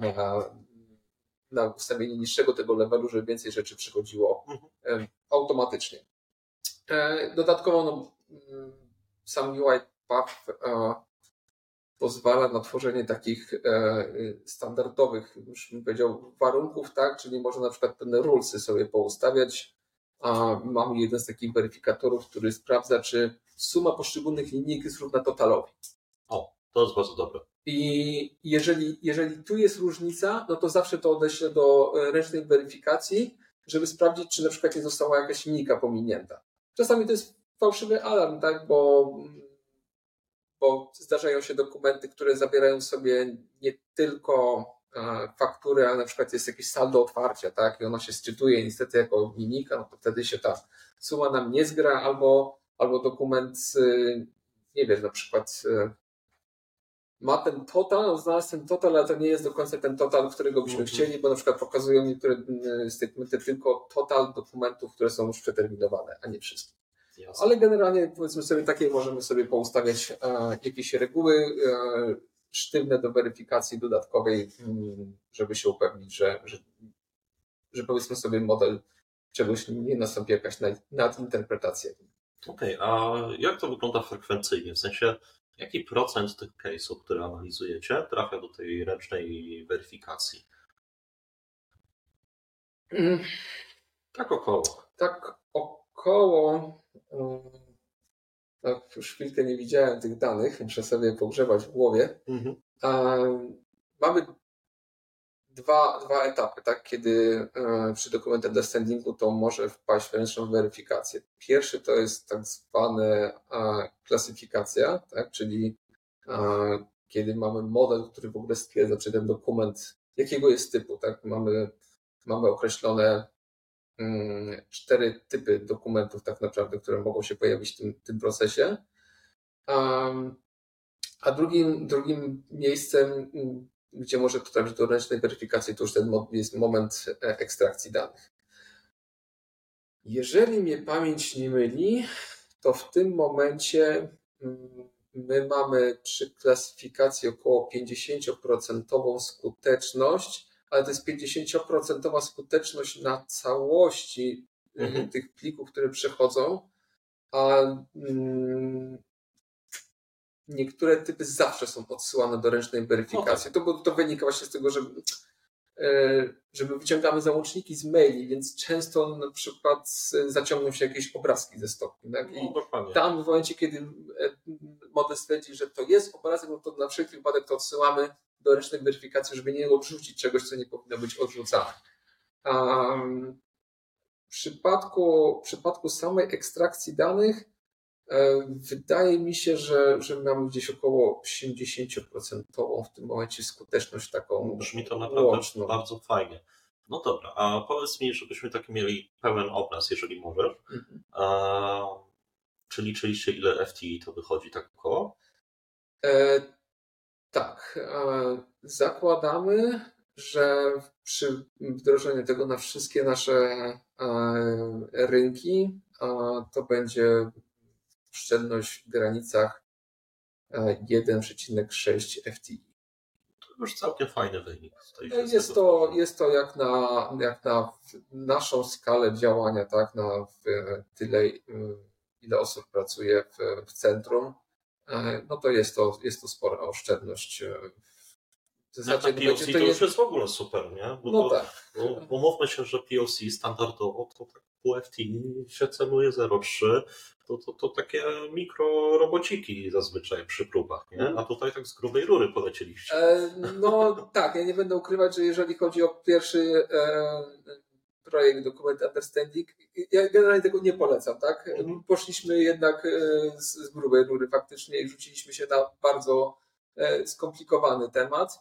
Speaker 2: na ustawienie niższego tego levelu, żeby więcej rzeczy przychodziło automatycznie. Dodatkowo sam UiPath pozwala na tworzenie takich standardowych, już bym powiedział, warunków, tak? Czyli można na przykład pewne rulesy sobie poustawiać. Mamy jeden z takich weryfikatorów, który sprawdza, czy suma poszczególnych linijek jest równa totalowi.
Speaker 1: O, to jest bardzo dobre.
Speaker 2: I jeżeli tu jest różnica, no to zawsze to odeślę do ręcznej weryfikacji, żeby sprawdzić, czy na przykład nie została jakaś linijka pominięta. Czasami to jest fałszywy alarm, tak, bo zdarzają się dokumenty, które zawierają sobie nie tylko faktury, ale na przykład jest jakieś saldo otwarcia, tak, i ono się sczytuje niestety jako linijka, no to wtedy się ta suma nam nie zgra, albo dokument, nie wiem, na przykład ma ten total, znalazł ten total, ale to nie jest do końca ten total, którego byśmy chcieli, bo na przykład pokazują niektóre statementy tylko total dokumentów, które są już przeterminowane, a nie wszystkie. Jasne. Ale generalnie, powiedzmy sobie, takie możemy sobie poustawiać jakieś reguły sztywne do weryfikacji dodatkowej, żeby się upewnić, że powiedzmy sobie model czegoś nie nastąpi jakaś nadinterpretacja.
Speaker 1: Okej, a jak to wygląda frekwencyjnie? W sensie, jaki procent tych case'ów, które analizujecie, trafia do tej ręcznej weryfikacji? Tak około.
Speaker 2: Tak około. Tak, już chwilkę nie widziałem tych danych, muszę sobie pogrzebać w głowie. Mamy dwa etapy, tak? Kiedy przy dokument understandingu to może wpaść w ręczną weryfikację. Pierwszy to jest tak zwana klasyfikacja, tak? Czyli kiedy mamy model, który w ogóle stwierdza, czy ten dokument jakiego jest typu, tak? Mamy określone 4 typy dokumentów tak naprawdę, które mogą się pojawić w tym procesie. A drugim miejscem, gdzie może to trafić do ręcznej weryfikacji, to już jest moment ekstrakcji danych. Jeżeli mnie pamięć nie myli, to w tym momencie my mamy przy klasyfikacji około 50% skuteczność, ale to jest 50% skuteczność na całości tych plików, które przychodzą, a niektóre typy zawsze są odsyłane do ręcznej weryfikacji. To wynika właśnie z tego, że my wyciągamy załączniki z maili, więc często na przykład zaciągną się jakieś obrazki ze stopni. Tak? I tam w momencie, kiedy model stwierdzi, że to jest obrazek, no to na wszelki wypadek to odsyłamy do ręcznej weryfikacji, żeby nie odrzucić czegoś, co nie powinno być odrzucane. W przypadku samej ekstrakcji danych wydaje mi się, że mamy gdzieś około 80% w tym momencie skuteczność taką.
Speaker 1: Brzmi to naprawdę łączną. Bardzo fajnie. No dobra, a powiedz mi, żebyśmy taki mieli pełen obraz, jeżeli możesz. Czy liczyliście, ile FTE to wychodzi tak około?
Speaker 2: Tak. Zakładamy, że przy wdrożeniu tego na wszystkie nasze rynki to będzie oszczędność w granicach 1,6 FTE.
Speaker 1: To już całkiem fajny wynik.
Speaker 2: Jest to jak na naszą skalę działania, tak, na tyle, ile osób pracuje w centrum, no to jest to spora oszczędność.
Speaker 1: W zasadzie POC to już jest w ogóle super, nie? Bo
Speaker 2: tak.
Speaker 1: Bo mówmy się, że POC standardowo to tak pół FTE się celuje 0,3, to takie mikrorobociki zazwyczaj przy próbach, nie? A tutaj tak z grubej rury polecieliście.
Speaker 2: No tak, ja nie będę ukrywać, że jeżeli chodzi o pierwszy projekt Document Understanding, ja generalnie tego nie polecam, tak? Poszliśmy jednak z grubej rury faktycznie i rzuciliśmy się na bardzo skomplikowany temat.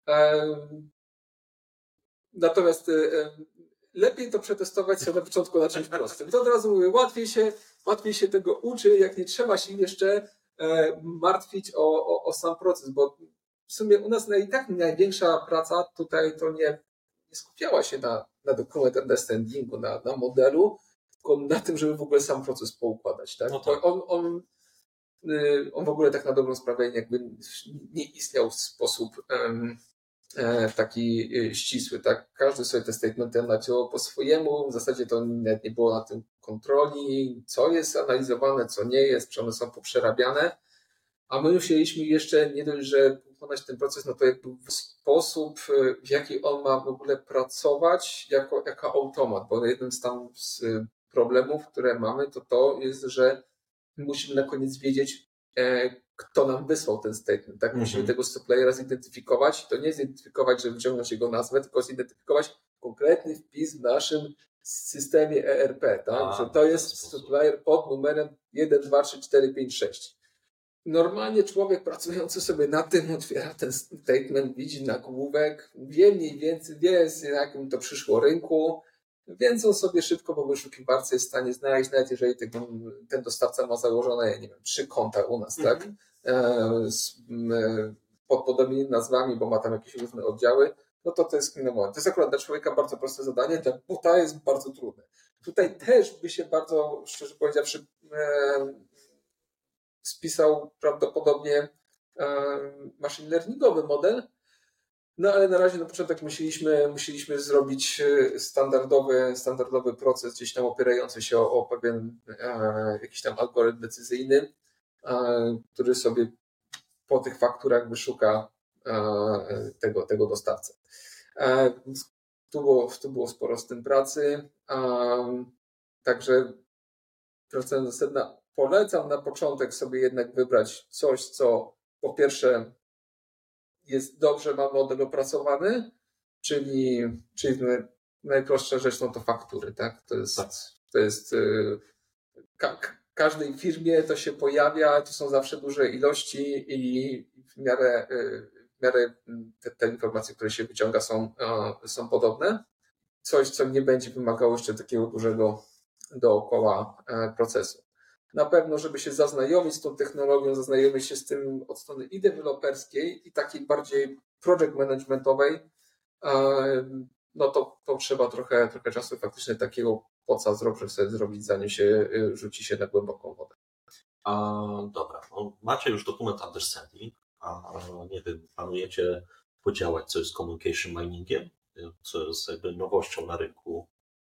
Speaker 2: Natomiast lepiej to przetestować sobie na początku na czymś prostym. To od razu mówię, łatwiej się tego uczy, jak nie trzeba się jeszcze martwić o sam proces, bo w sumie u nas i tak największa praca tutaj to nie skupiała się na document understandingu, na modelu, tylko na tym, żeby w ogóle sam proces poukładać. Tak?
Speaker 1: No tak.
Speaker 2: On w ogóle tak na dobrą sprawę jakby nie istniał w sposób taki ścisły, tak? Każdy sobie te statementy naciął po swojemu, w zasadzie to nawet nie było na tym kontroli, co jest analizowane, co nie jest, czy one są poprzerabiane, a my musieliśmy jeszcze nie dość, że wykonać ten proces, no to jakby sposób, w jaki on ma w ogóle pracować jako automat, bo jednym z problemów, które mamy, to jest, że musimy na koniec wiedzieć, kto nam wysłał ten statement. Tak? Musimy tego suppliera zidentyfikować. To nie zidentyfikować, żeby wyciągnąć jego nazwę, tylko zidentyfikować konkretny wpis w naszym systemie ERP. Tak? Że to jest supplier pod numerem 1, 2, 3, 4, 5, 6. Normalnie człowiek pracujący sobie na tym otwiera ten statement, widzi nagłówek, wie mniej więcej, wie z jakim to przyszło rynku, więc on sobie szybko po wyszukiwarce jest w stanie znaleźć, nawet jeżeli ten dostawca ma założone, ja nie wiem, 3 konta u nas, tak? Pod podobnymi nazwami, bo ma tam jakieś różne oddziały, no to jest inny moment. To jest akurat dla człowieka bardzo proste zadanie, dla bota jest bardzo trudne. Tutaj też by się bardzo, szczerze powiedziawszy, spisał prawdopodobnie machine learningowy model, no ale na razie na początek musieliśmy zrobić standardowy proces gdzieś tam opierający się o pewien jakiś tam algorytm decyzyjny, który sobie po tych fakturach wyszuka tego dostawcę. Tu było sporo z tym pracy, także wracając do sedna, polecam na początek sobie jednak wybrać coś, co po pierwsze jest dobrze, ma model opracowany, czyli najprostsza rzecz, no to faktury, tak? To jest każdej firmie to się pojawia, to są zawsze duże ilości i w miarę te informacje, które się wyciąga są podobne. coś, co nie będzie wymagało jeszcze takiego dużego dookoła procesu. Na pewno, żeby się zaznajomić z tą technologią, zaznajomić się z tym od strony i deweloperskiej, i takiej bardziej project managementowej, no to trzeba trochę czasu faktycznie takiego poca sobie zrobić, zanim się rzuci się na głęboką wodę.
Speaker 1: Dobra, macie już dokument understanding, nie wiem, planujecie podziałać coś z communication miningiem, co jest jakby nowością na rynku?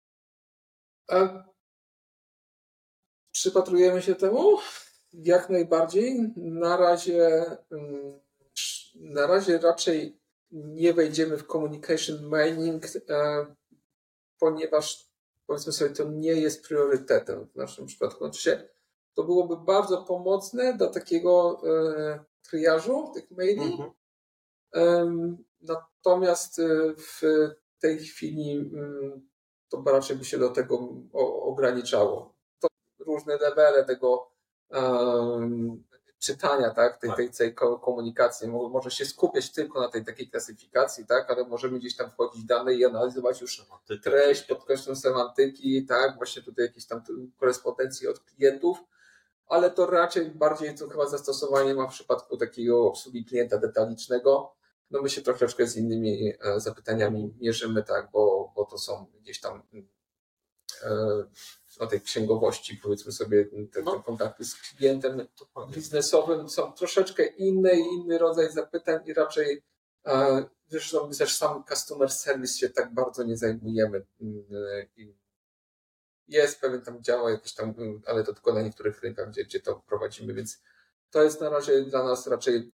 Speaker 2: Przypatrujemy się temu jak najbardziej. Na razie raczej nie wejdziemy w communication mining, ponieważ powiedzmy sobie, to nie jest priorytetem w naszym przypadku. Znaczy to byłoby bardzo pomocne do takiego triażu tych maili. Natomiast w tej chwili to raczej by się do tego ograniczało. To różne levele tego czytania, tak, tej komunikacji. Może się skupiać tylko na tej takiej klasyfikacji, tak, ale możemy gdzieś tam wchodzić w dane i analizować już treść pod kątem semantyki, tak, właśnie tutaj jakieś tam korespondencji od klientów, ale to raczej bardziej to chyba zastosowanie ma w przypadku takiego obsługi klienta detalicznego. No my się troszeczkę z innymi zapytaniami mierzymy, tak, bo to są gdzieś tam o tej księgowości, powiedzmy sobie, te kontakty z klientem biznesowym są troszeczkę inne i inny rodzaj zapytań i raczej zresztą też sam customer service się tak bardzo nie zajmujemy. Jest pewien tam działa jakiś tam, ale to tylko na niektórych rynkach, gdzie to prowadzimy, więc to jest na razie dla nas raczej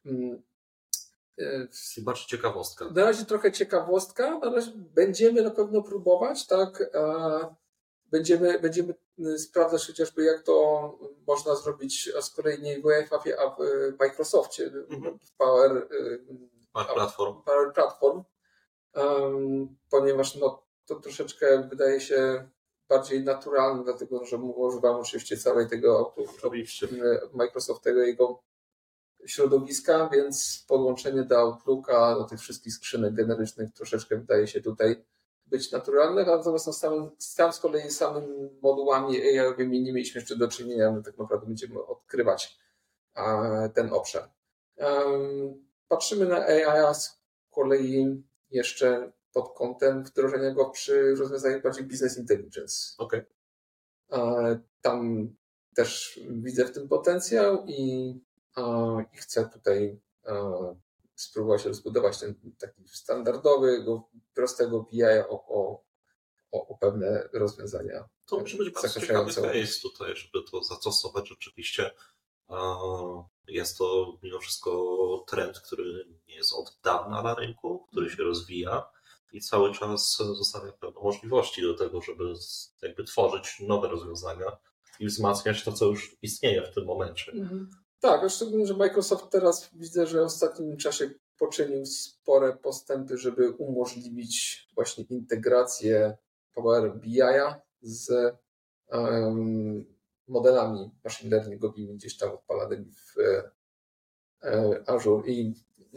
Speaker 1: bardziej ciekawostka.
Speaker 2: Na razie trochę ciekawostka, na razie będziemy na pewno próbować, tak. Będziemy sprawdzać chociażby, jak to można zrobić, a z kolei nie w UEFA-ie, a w Microsoftie, w Power Platform, ponieważ no, to troszeczkę wydaje się bardziej naturalne, dlatego że używam oczywiście całej tego Microsoftego jego środowiska, więc podłączenie do Outlooka, do tych wszystkich skrzynek generycznych troszeczkę wydaje się tutaj być naturalne, natomiast z kolei samymi modułami AI-owymi nie mieliśmy jeszcze do czynienia, my tak naprawdę będziemy odkrywać ten obszar. Patrzymy na AI z kolei jeszcze pod kątem wdrożenia go przy rozwiązaniach bardziej business intelligence.
Speaker 1: Okay.
Speaker 2: Tam też widzę w tym potencjał i chcę tutaj spróbować rozbudować ten taki standardowy, prostego BI o pewne rozwiązania.
Speaker 1: To może być bardzo ciekawy case tutaj, żeby to zastosować rzeczywiście. Jest to mimo wszystko trend, który nie jest od dawna na rynku, który się rozwija i cały czas zostawia pewne możliwości do tego, żeby jakby tworzyć nowe rozwiązania i wzmacniać to, co już istnieje w tym momencie.
Speaker 2: Tak, a szczególnie, że Microsoft teraz widzę, że w ostatnim czasie poczynił spore postępy, żeby umożliwić właśnie integrację Power BI'a z modelami machine learningowymi gdzieś tam odpalanymi w Azure i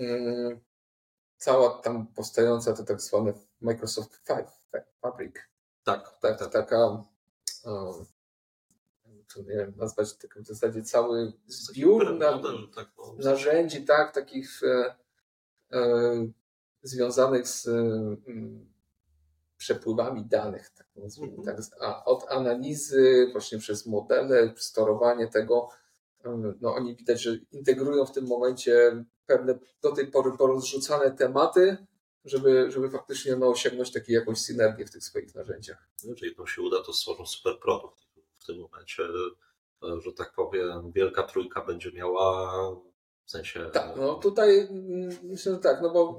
Speaker 2: cała tam powstająca to tak zwane Microsoft Fabric.
Speaker 1: Tak.
Speaker 2: Taka nie wiem, nazwać w zasadzie cały zbiór narzędzi, tak, takich związanych z przepływami danych, tak nazwijmy, tak, od analizy właśnie przez modele, sterowanie tego, no oni widać, że integrują w tym momencie pewne do tej pory porozrzucane tematy, żeby faktycznie osiągnąć jakąś synergię w tych swoich narzędziach.
Speaker 1: Jeżeli to się uda, to stworzą super produkt. W tym momencie, że tak powiem, wielka trójka będzie miała w sensie...
Speaker 2: Tak, no tutaj myślę, że tak, no bo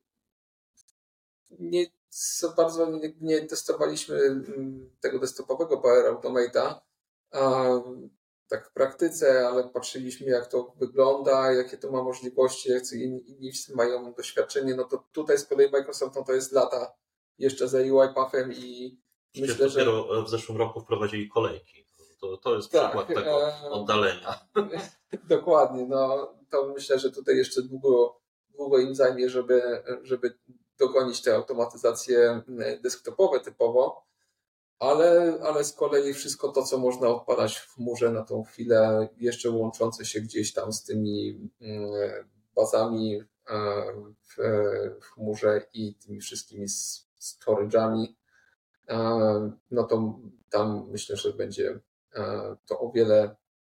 Speaker 2: nie za bardzo nie testowaliśmy tego desktopowego Power Automate'a, tak w praktyce, ale patrzyliśmy, jak to wygląda, jakie to ma możliwości, jak inni mają doświadczenie, no to tutaj z kolei Microsoft, no to jest lata jeszcze za UiPathem i myślę, że...
Speaker 1: Dopiero w zeszłym roku wprowadzili kolejki. To jest przykład tego oddalenia.
Speaker 2: Dokładnie, no to myślę, że tutaj jeszcze długo im zajmie, żeby dogonić te automatyzacje desktopowe typowo, ale z kolei wszystko to, co można odpalać w chmurze na tą chwilę, jeszcze łączące się gdzieś tam z tymi bazami w chmurze i tymi wszystkimi storage'ami, no to tam myślę, że będzie to o wiele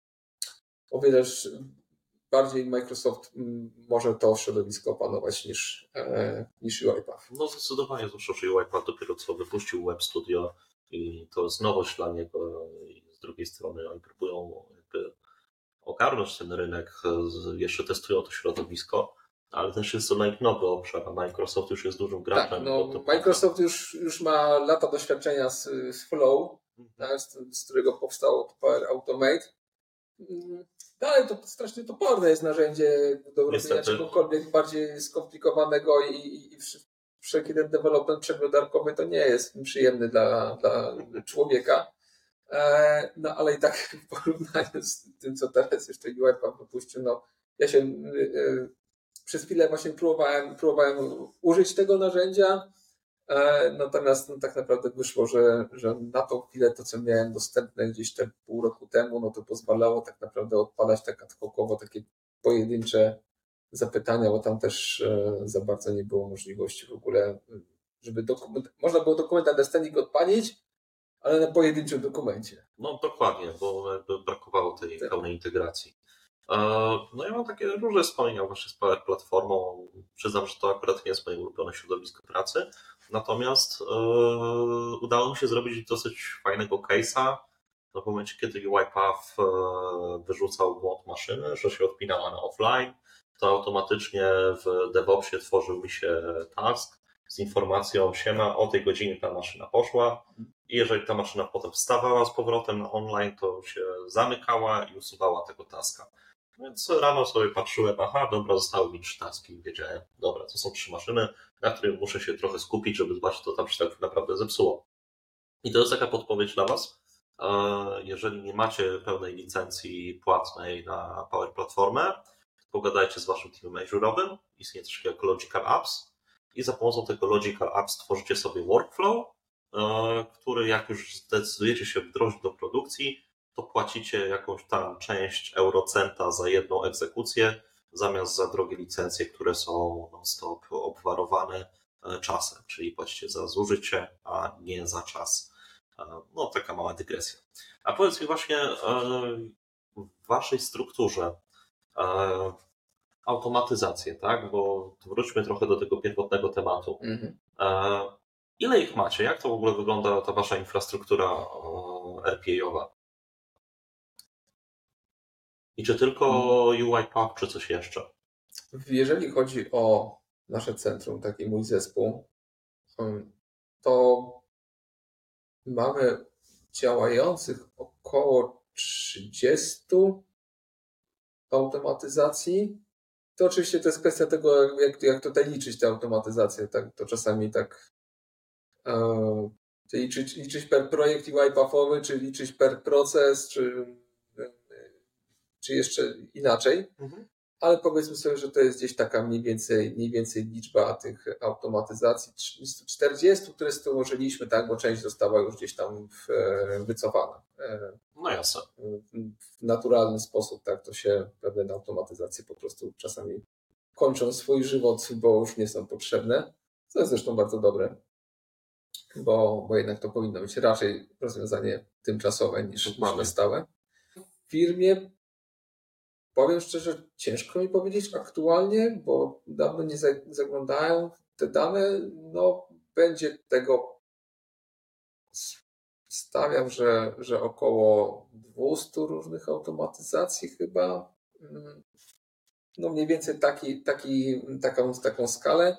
Speaker 2: bardziej Microsoft może to środowisko opanować niż UiPath.
Speaker 1: No zdecydowanie, zwłaszcza, że UiPath dopiero co wypuścił Web Studio i to jest nowość dla niego. I z drugiej strony oni próbują jakby ogarnąć ten rynek, jeszcze testują to środowisko, ale też jest to nowy obszar, a Microsoft już jest dużym graczem.
Speaker 2: Tak, no, Microsoft już ma lata doświadczenia z Flow, tak, z którego powstało Power Automate. No, ale to strasznie toporne jest narzędzie do robienia czegokolwiek bardziej skomplikowanego i wszelki ten development przeglądarkowy to nie jest przyjemny dla człowieka. No ale i tak w porównaniu z tym, co teraz jeszcze UiPath wypuścił, no ja się przez chwilę właśnie próbowałem użyć tego narzędzia, natomiast no, tak naprawdę wyszło, że na tą chwilę to, co miałem dostępne gdzieś te pół roku temu, no to pozwalało tak naprawdę odpalać tak ad hocowo takie pojedyncze zapytania, bo tam też za bardzo nie było możliwości w ogóle, żeby można było dokument understanding odpalić, ale na pojedynczym dokumencie.
Speaker 1: No dokładnie, bo jakby brakowało tej pełnej integracji. No ja mam takie różne wspomnienia właśnie z Power Platformą. Przyznam, że to akurat nie jest moje ulubione środowisko pracy. Natomiast udało mi się zrobić dosyć fajnego case'a w momencie, kiedy UiPath wyrzucał błąd maszyny, że się odpinała na offline, to automatycznie w DevOpsie tworzył mi się task z informacją: siema, o tej godzinie ta maszyna poszła i jeżeli ta maszyna potem wstawała z powrotem na online, to się zamykała i usuwała tego taska. Więc rano sobie patrzyłem, aha, dobra, zostały mi 3 taski i wiedziałem, dobra, to są 3 maszyny, na których muszę się trochę skupić, żeby zobaczyć, co tam się tak naprawdę zepsuło. I to jest taka podpowiedź dla Was. Jeżeli nie macie pełnej licencji płatnej na Power Platformę, pogadajcie z Waszym teamem Azure'owym, istnieje coś takiego jak Logical Apps i za pomocą tego Logical Apps tworzycie sobie workflow, który jak już zdecydujecie się wdrożyć do produkcji, to płacicie jakąś tam część eurocenta za jedną egzekucję, zamiast za drogie licencje, które są non-stop obwarowane czasem, czyli płacicie za zużycie, a nie za czas. No, taka mała dygresja. A powiedz mi właśnie w Waszej strukturze automatyzację, tak? Bo wróćmy trochę do tego pierwotnego tematu. Ile ich macie? Jak to w ogóle wygląda ta Wasza infrastruktura RPA-owa? I czy tylko UiPath, czy coś jeszcze?
Speaker 2: Jeżeli chodzi o nasze centrum, taki mój zespół, to mamy działających około 30 automatyzacji. To oczywiście to jest kwestia tego, jak tutaj liczyć te automatyzacje. Tak, to czasami tak liczyć per projekt UiPathowy, czy liczyć per proces, czy jeszcze inaczej. Ale powiedzmy sobie, że to jest gdzieś taka mniej więcej liczba tych automatyzacji. 40, które stworzyliśmy, tak, bo część została już gdzieś tam wycofana.
Speaker 1: No jasne.
Speaker 2: W naturalny sposób, tak, to się pewne automatyzacje po prostu czasami kończą swój żywot, bo już nie są potrzebne. To jest zresztą bardzo dobre, bo jednak to powinno być raczej rozwiązanie tymczasowe niż na stałe. W firmie, powiem szczerze, ciężko mi powiedzieć aktualnie, bo dawno nie zaglądałem w te dane. No, będzie tego, stawiam, że około 200 różnych automatyzacji chyba. No mniej więcej taką skalę.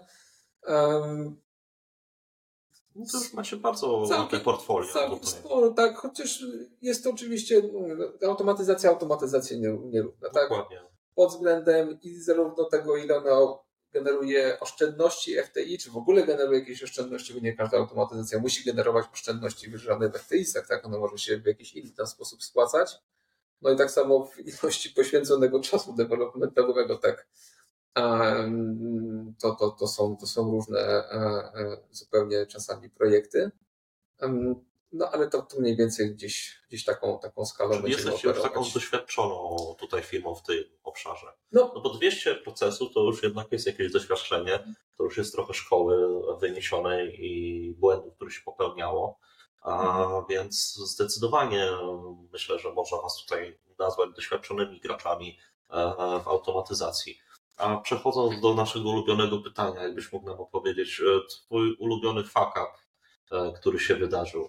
Speaker 1: No to już macie bardzo ładne portfolio.
Speaker 2: Sporo, tak, chociaż jest to oczywiście automatyzacja nierówna. Tak? Pod względem i zarówno tego, ile ona generuje oszczędności FTI, czy w ogóle generuje jakieś oszczędności, bo nie każda automatyzacja musi generować oszczędności wyrażone w FTI-sach, tak? Ona może się w jakiś inny sposób spłacać. No i tak samo w ilości poświęconego czasu developmentowego, tak. To są różne zupełnie czasami projekty. No ale to mniej więcej gdzieś taką skalą
Speaker 1: Czyli
Speaker 2: będziemy
Speaker 1: jesteście już taką
Speaker 2: operować.
Speaker 1: doświadczoną tutaj firmą w tym obszarze.
Speaker 2: No,
Speaker 1: No bo 200 procesów to już jednak jest jakieś doświadczenie, to już jest trochę szkoły wyniesionej i błędów, które się popełniało, więc zdecydowanie myślę, że można Was tutaj nazwać doświadczonymi graczami w automatyzacji. A przechodząc do naszego ulubionego pytania, jakbyś mógł nam opowiedzieć Twój ulubiony fuck up, który się wydarzył.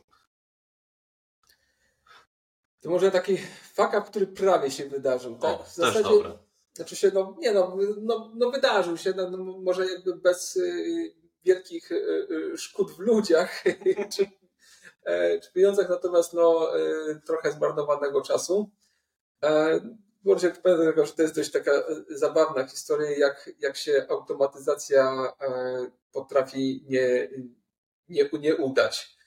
Speaker 2: To może taki fuck up, który prawie się wydarzył, tak?
Speaker 1: W zasadzie, też dobre.
Speaker 2: Znaczy się, wydarzył się, może jakby bez wielkich szkód w ludziach czy pieniądzach, natomiast trochę zmarnowanego czasu. Może powiem tego, że to jest dość taka zabawna historia, jak się automatyzacja potrafi nie udać.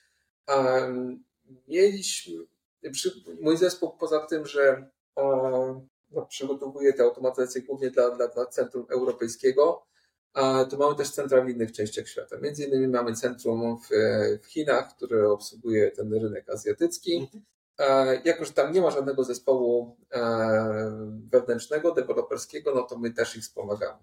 Speaker 2: Mój zespół poza tym, że przygotowuje tę automatyzację głównie dla Centrum Europejskiego, to mamy też centra w innych częściach świata. Między innymi mamy centrum w Chinach, które obsługuje ten rynek azjatycki. Jako że tam nie ma żadnego zespołu wewnętrznego, deweloperskiego, no to my też ich wspomagamy.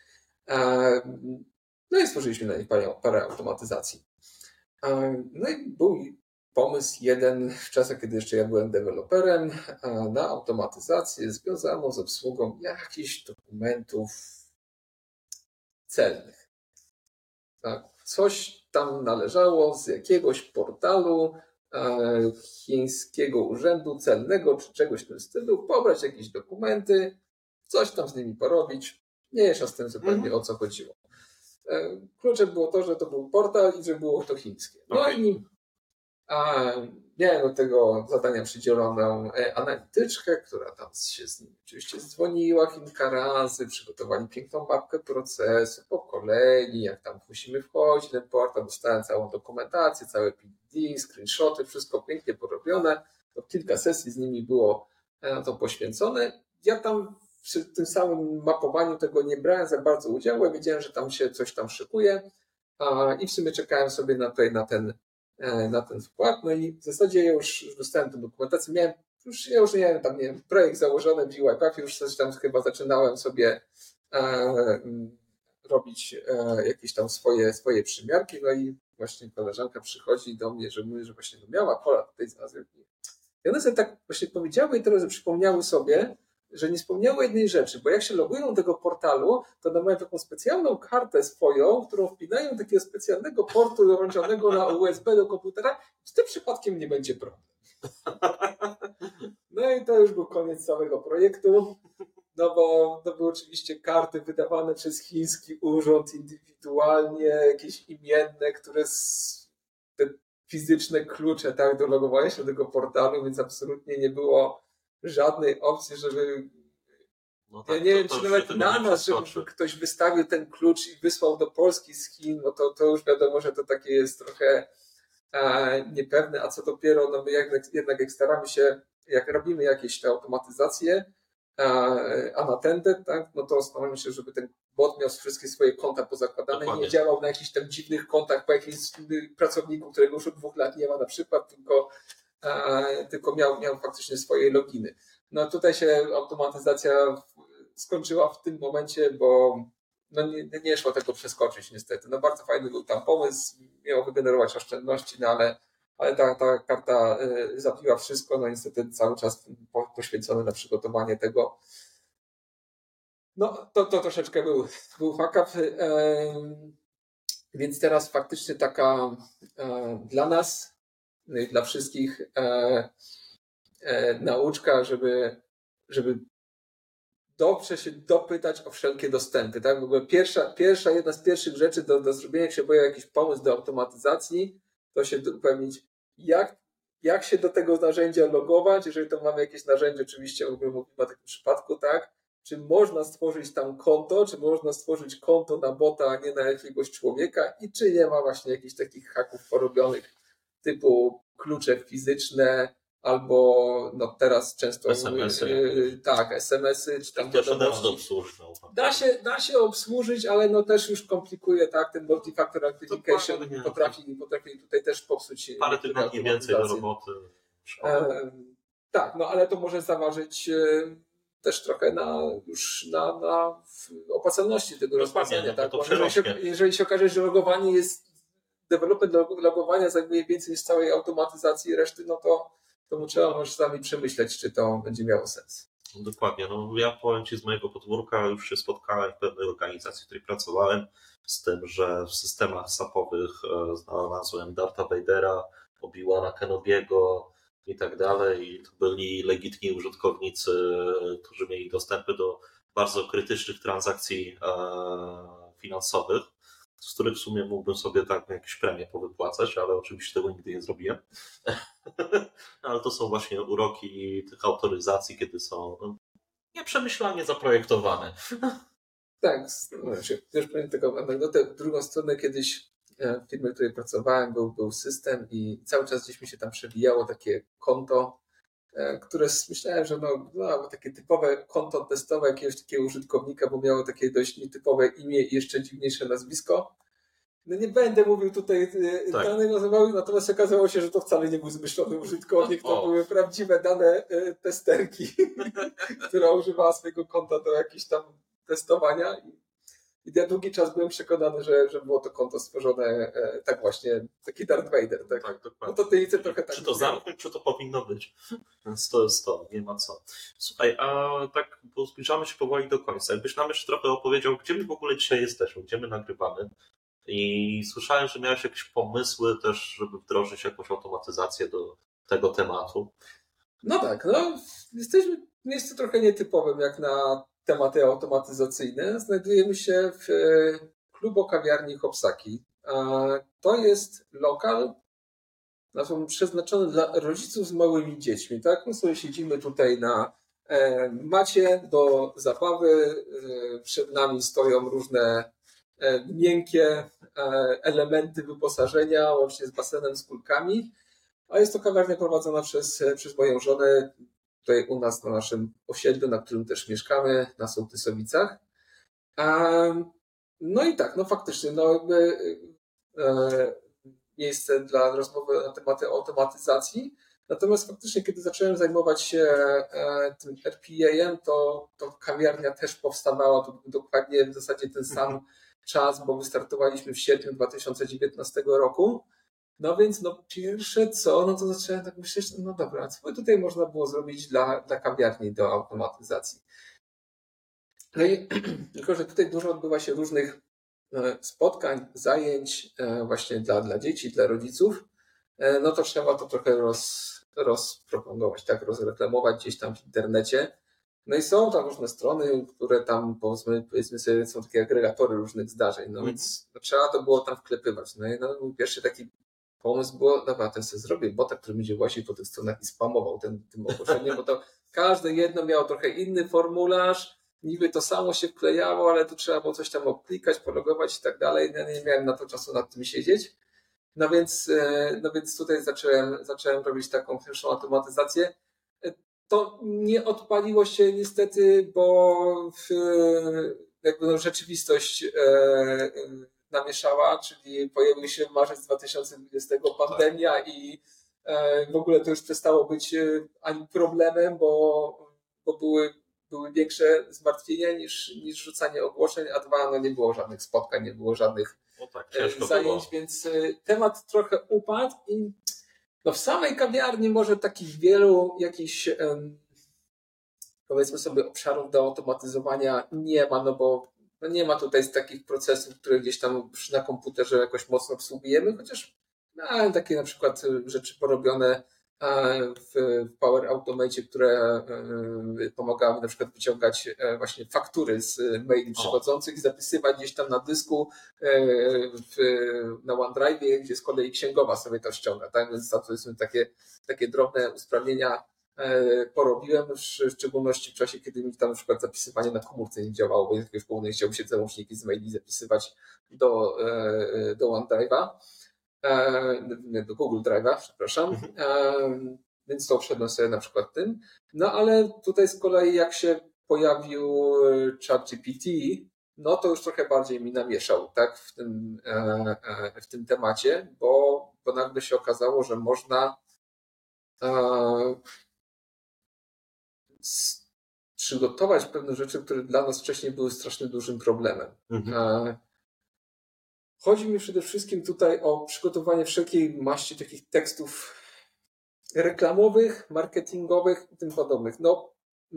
Speaker 2: No i stworzyliśmy na nich parę automatyzacji. No i był pomysł jeden w czasach, kiedy jeszcze ja byłem deweloperem, na automatyzację związaną z obsługą jakichś dokumentów celnych. Tak, coś tam należało z jakiegoś portalu chińskiego urzędu celnego czy czegoś w tym stylu, pobrać jakieś dokumenty, coś tam z nimi porobić. Nie jeszcze z tym zupełnie o co chodziło. Kluczem było to, że to był portal i że było to chińskie. No i miałem do tego zadania przydzieloną analityczkę, która tam się z nimi oczywiście dzwoniła kilka razy, przygotowali piękną mapkę procesu po kolei, jak tam musimy wchodzić na ten portal, dostałem całą dokumentację, całe PD, screenshoty, wszystko pięknie porobione. To kilka sesji z nimi było na to poświęcone. Ja tam przy tym samym mapowaniu tego nie brałem za bardzo udziału, ja wiedziałem, że tam się coś tam szykuje i w sumie czekałem sobie na ten wkład, no i w zasadzie ja już dostałem tę dokumentację, miałem projekt założony w UiPath, już coś tam chyba zaczynałem sobie robić jakieś tam swoje przymiarki, no i właśnie koleżanka przychodzi do mnie, że mówi, że właśnie miała pola tutaj znalazłem. I one sobie tak właśnie powiedziały i teraz przypomniały sobie, że nie wspomniały jednej rzeczy, bo jak się logują do tego portalu, to one mają taką specjalną kartę swoją, którą wpinają do takiego specjalnego portu dołączonego na USB do komputera, z tym przypadkiem nie będzie problem. No i to już był koniec całego projektu, no bo to były oczywiście karty wydawane przez chiński urząd indywidualnie, jakieś imienne, które te fizyczne klucze tak do logowania się do tego portalu, więc absolutnie nie było żadnej opcji, żeby ja nie wiem, czy nawet na nas, żeby ktoś wystawił ten klucz i wysłał do Polski z Chin, no to już wiadomo, że to takie jest trochę niepewne, a co dopiero, no my jednak jak staramy się, jak robimy jakieś te automatyzacje unattended, tak, no to staramy się, żeby ten bot miał wszystkie swoje konta pozakładane i nie działał na jakichś tam dziwnych kontach po jakimś pracowniku, którego już od 2 lat nie ma na przykład, tylko miał faktycznie swoje loginy. No tutaj się automatyzacja skończyła w tym momencie, bo no nie szło tego przeskoczyć niestety. No bardzo fajny był tam pomysł, miał wygenerować oszczędności, no ale ta karta zabiła wszystko, no niestety cały czas poświęcony na przygotowanie tego. No to troszeczkę był fuck up. Więc teraz faktycznie taka dla nas, no i dla wszystkich nauczka, żeby dobrze się dopytać o wszelkie dostępy. Tak? W ogóle jedna z pierwszych rzeczy do zrobienia, jak się pojawia jakiś pomysł do automatyzacji, to się upewnić, jak się do tego narzędzia logować, jeżeli to mamy jakieś narzędzie, oczywiście mówimy o takim przypadku, tak? Czy można stworzyć tam konto, czy można stworzyć konto na bota, a nie na jakiegoś człowieka i czy nie ma właśnie jakichś takich haków porobionych typu klucze fizyczne, albo no teraz często
Speaker 1: SMS-y.
Speaker 2: SMS-y, czy tam
Speaker 1: da
Speaker 2: się obsłużyć, ale no też już komplikuje, tak, ten multi-factor authentication potrafi tutaj też popsuć
Speaker 1: parę tygodni więcej do roboty.
Speaker 2: Tak, no ale to może zaważyć też trochę na opłacalności tego rozwiązania, tak? Bo jeżeli się okaże, że logowanie development logowania zajmuje więcej niż całej automatyzacji reszty, no to trzeba może sami przemyśleć, czy to będzie miało sens.
Speaker 1: Dokładnie. No, ja powiem Ci z mojego podwórka, już się spotkałem w pewnej organizacji, w której pracowałem, z tym, że w systemach SAP-owych znalazłem Darta Vadera, Obi-Wana Kenobiego i tak dalej. I to byli legitni użytkownicy, którzy mieli dostępy do bardzo krytycznych transakcji finansowych, z których w sumie mógłbym sobie tak jakieś premie powypłacać, ale oczywiście tego nigdy nie zrobiłem. Ale to są właśnie uroki tych autoryzacji, kiedy są nieprzemyślanie zaprojektowane.
Speaker 2: Tak, już powiem taką anegdotę. W drugą stronę kiedyś w firmie, w której pracowałem, był system i cały czas gdzieś mi się tam przewijało takie konto, które myślałem, że takie typowe konto testowe jakiegoś takiego użytkownika, bo miało takie dość nietypowe imię i jeszcze dziwniejsze nazwisko. No nie będę mówił tutaj danych osobowych, natomiast okazało się, że to wcale nie był zmyślony użytkownik, to były prawdziwe dane testerki, która używała swojego konta do jakichś tam testowania. I ja długi czas byłem przekonany, że było to konto stworzone tak właśnie, taki Darth Vader. Tak,
Speaker 1: dokładnie.
Speaker 2: No to ty trochę tak.
Speaker 1: Czy to zamknąć, czy to powinno być? Więc to jest to, nie ma co. Słuchaj, a tak, bo zbliżamy się powoli do końca. Jakbyś nam jeszcze trochę opowiedział, gdzie my w ogóle dzisiaj jesteśmy, gdzie my nagrywamy. I słyszałem, że miałeś jakieś pomysły też, żeby wdrożyć jakąś automatyzację do tego tematu.
Speaker 2: No tak, jesteśmy w miejscu trochę nietypowym jak na tematy automatyzacyjne. Znajdujemy się w klubo-kawiarni Hopsaki. To jest lokal przeznaczony dla rodziców z małymi dziećmi. Tak? My sobie siedzimy tutaj na macie do zabawy. Przed nami stoją różne miękkie elementy wyposażenia, łącznie z basenem, z kulkami. A jest to kawiarnia prowadzona przez moją żonę tutaj u nas na naszym osiedlu, na którym też mieszkamy, na Sołtysowicach. No i tak, faktycznie, miejsce dla rozmowy na tematy automatyzacji. Natomiast faktycznie, kiedy zacząłem zajmować się tym RPA-em, to kawiarnia też powstawała, to dokładnie w zasadzie ten sam czas, bo wystartowaliśmy w sierpniu 2019 roku. No więc pierwsze to zacząłem tak myśleć, dobra, co by tutaj można było zrobić dla kawiarni do automatyzacji. No i tylko, że tutaj dużo odbywa się różnych spotkań, zajęć właśnie dla dzieci, dla rodziców, no to trzeba to trochę rozpropagować, tak, rozreklamować gdzieś tam w internecie. No i są tam różne strony, które tam powiedzmy sobie są takie agregatory różnych zdarzeń, więc trzeba to było tam wklepywać. No i mój pierwszy taki pomysł było, dobra, ten sobie zrobię bota, który będzie łaził po tych stronach i spamował tym ogłoszeniem, bo to każde jedno miało trochę inny formularz, niby to samo się wklejało, ale tu trzeba było coś tam oklikać, pologować i tak dalej. Ja nie miałem na to czasu nad tym siedzieć. No więc tutaj zacząłem robić taką pierwszą automatyzację. To nie odpaliło się niestety, bo rzeczywistość namieszała, czyli pojawił się marzec 2020, pandemia i w ogóle to już przestało być ani problemem, bo były większe zmartwienia niż rzucanie ogłoszeń, a dwa, nie było żadnych spotkań, nie było żadnych zajęć, więc temat trochę upadł i w samej kawiarni może takich wielu jakichś powiedzmy sobie obszarów do automatyzowania nie ma, bo nie ma tutaj takich procesów, które gdzieś tam na komputerze jakoś mocno obsługujemy, chociaż takie na przykład rzeczy porobione w Power Automate, które pomagały na przykład wyciągać właśnie faktury z maili przychodzących i zapisywać gdzieś tam na dysku na OneDrive, gdzie z kolei księgowa sobie to ściąga. Tak? Więc to są takie drobne usprawnienia porobiłem, w szczególności w czasie, kiedy mi tam na przykład zapisywanie na komórce nie działało, bo jakiegoś powodu nie chciałbym się załączniki z maili zapisywać do OneDrive'a, do Google Drive'a, przepraszam. więc to wszedłem sobie na przykład tym. No ale tutaj z kolei jak się pojawił ChatGPT, no to już trochę bardziej mi namieszał, tak, w tym temacie, bo nagle się okazało, że można przygotować pewne rzeczy, które dla nas wcześniej były strasznie dużym problemem. Chodzi mi przede wszystkim tutaj o przygotowanie wszelkiej maści takich tekstów reklamowych, marketingowych i tym podobnych. No,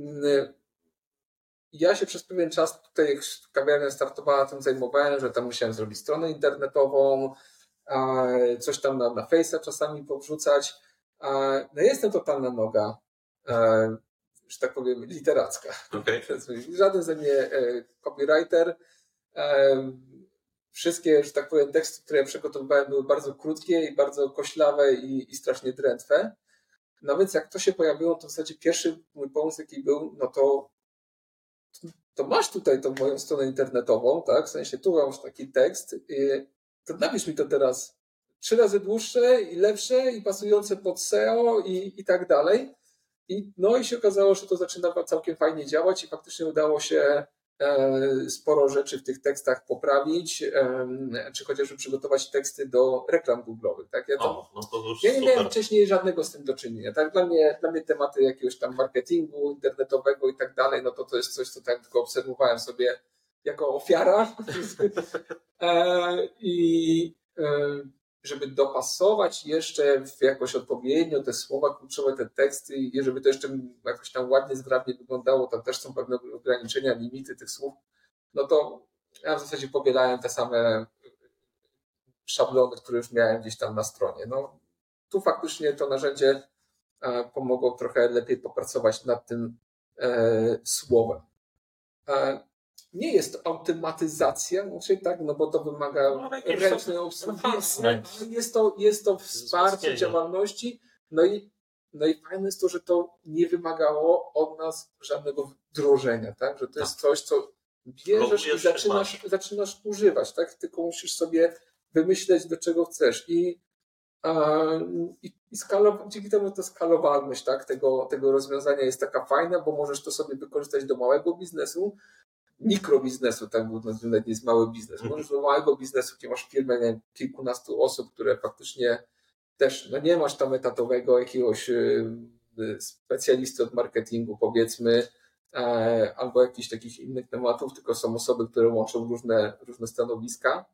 Speaker 2: ja się przez pewien czas tutaj, jak kawiarnia startowała, tym zajmowałem, że tam musiałem zrobić stronę internetową, coś tam na Face'a czasami powrzucać. No jestem totalna noga, że tak powiem, literacka.
Speaker 1: Okay.
Speaker 2: Żaden ze mnie copywriter. Wszystkie, że tak powiem, teksty, które ja przygotowywałem, były bardzo krótkie i bardzo koślawe i strasznie drętwe. No więc jak to się pojawiło, to w zasadzie pierwszy mój pomysł, jaki był, no to masz tutaj tą moją stronę internetową, tak? W sensie tu masz taki tekst, to napisz mi to teraz 3 razy dłuższe i lepsze i pasujące pod SEO i tak dalej. No i się okazało, że to zaczyna całkiem fajnie działać i faktycznie udało się sporo rzeczy w tych tekstach poprawić, czy chociażby przygotować teksty do reklam Google'owych. Tak? Ja nie miałem wcześniej żadnego z tym do czynienia. Tak? Dla mnie tematy jakiegoś tam marketingu internetowego i tak dalej, no to jest coś, co tak tylko obserwowałem sobie jako ofiara. Żeby dopasować jeszcze jakoś odpowiednio te słowa kluczowe, te teksty i żeby to jeszcze jakoś tam ładnie, zgrabnie wyglądało, tam też są pewne ograniczenia, limity tych słów, no to ja w zasadzie powielałem te same szablony, które już miałem gdzieś tam na stronie. No, tu faktycznie to narzędzie pomogło trochę lepiej popracować nad tym słowem. Nie jest to automatyzacja, tak, no bo to wymaga ręcznej obsługi, ale jest to wsparcie działalności, no i fajne jest to, że to nie wymagało od nas żadnego wdrożenia, tak, że to jest coś, co bierzesz i zaczynasz używać, tak, tylko musisz sobie wymyśleć, do czego chcesz i dzięki temu ta skalowalność, tak, tego rozwiązania jest taka fajna, bo możesz to sobie wykorzystać do małego biznesu, mikrobiznesu, tak, bo nawet nie jest mały biznes. Możesz do małego biznesu, gdzie masz firmę, nie wiem, kilkunastu osób, które faktycznie też, no nie masz tam etatowego jakiegoś specjalisty od marketingu, powiedzmy, albo jakichś takich innych tematów, tylko są osoby, które łączą różne stanowiska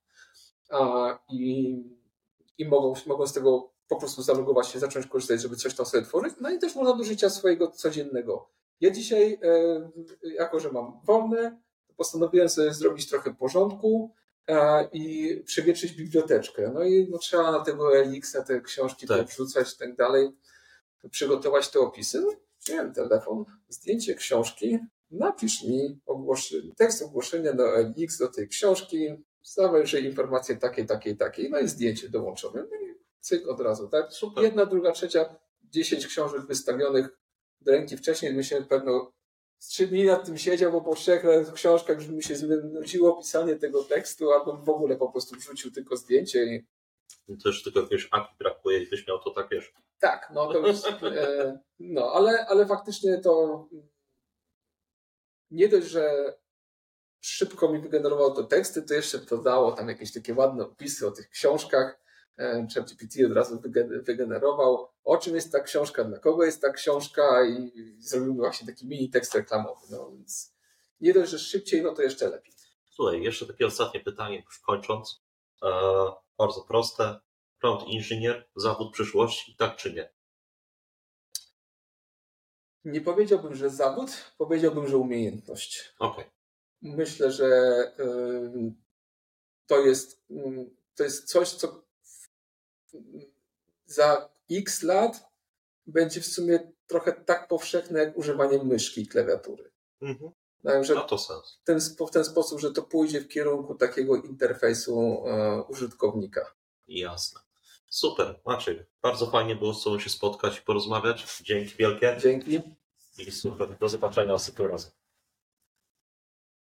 Speaker 2: i mogą z tego po prostu zalogować się, zacząć korzystać, żeby coś tam sobie tworzyć, no i też można do życia swojego codziennego. Ja dzisiaj, jako że mam wolne, postanowiłem sobie zrobić trochę porządku i przewietrzyć biblioteczkę. No i trzeba na tego Elixa te książki wrzucać i tak dalej, przygotować te opisy. No, wziąłem telefon, zdjęcie książki, napisz mi tekst ogłoszenia do Elix, do tej książki, zawierz informacje takiej, no i zdjęcie dołączone. No i cyk od razu, tak? Super. 1, 2, 3, 10 książek wystawionych do ręki wcześniej, bym się pewno z 3 dni nad tym siedział, bo po 3 książkach już mi się znudziło pisanie tego tekstu, albo w ogóle po prostu wrzucił tylko zdjęcie.
Speaker 1: To już tylko jakiegoś API brakuje i byś miał to tak, wiesz.
Speaker 2: Tak, no to już, ale faktycznie to nie dość, że szybko mi wygenerowało to teksty, to jeszcze dodało tam jakieś takie ładne opisy o tych książkach. ChatGPT od razu wygenerował, o czym jest ta książka, dla kogo jest ta książka i zrobił właśnie taki mini tekst reklamowy. No więc nie dość, że szybciej, no to jeszcze lepiej.
Speaker 1: Słuchaj, jeszcze takie ostatnie pytanie, już kończąc. Bardzo proste. Prompt inżynier, zawód przyszłości, tak czy nie?
Speaker 2: Nie powiedziałbym, że zawód, powiedziałbym, że umiejętność.
Speaker 1: Okay.
Speaker 2: Myślę, że to jest coś, co za x lat będzie w sumie trochę tak powszechne jak używanie myszki i klawiatury.
Speaker 1: Mhm.
Speaker 2: Także
Speaker 1: ma to sens.
Speaker 2: W ten sposób, że to pójdzie w kierunku takiego interfejsu użytkownika.
Speaker 1: Jasne. Super, Maciej. Bardzo fajnie było z tobą się spotkać i porozmawiać. Dzięki wielkie.
Speaker 2: Dzięki.
Speaker 1: I super. Do zobaczenia następnym razem.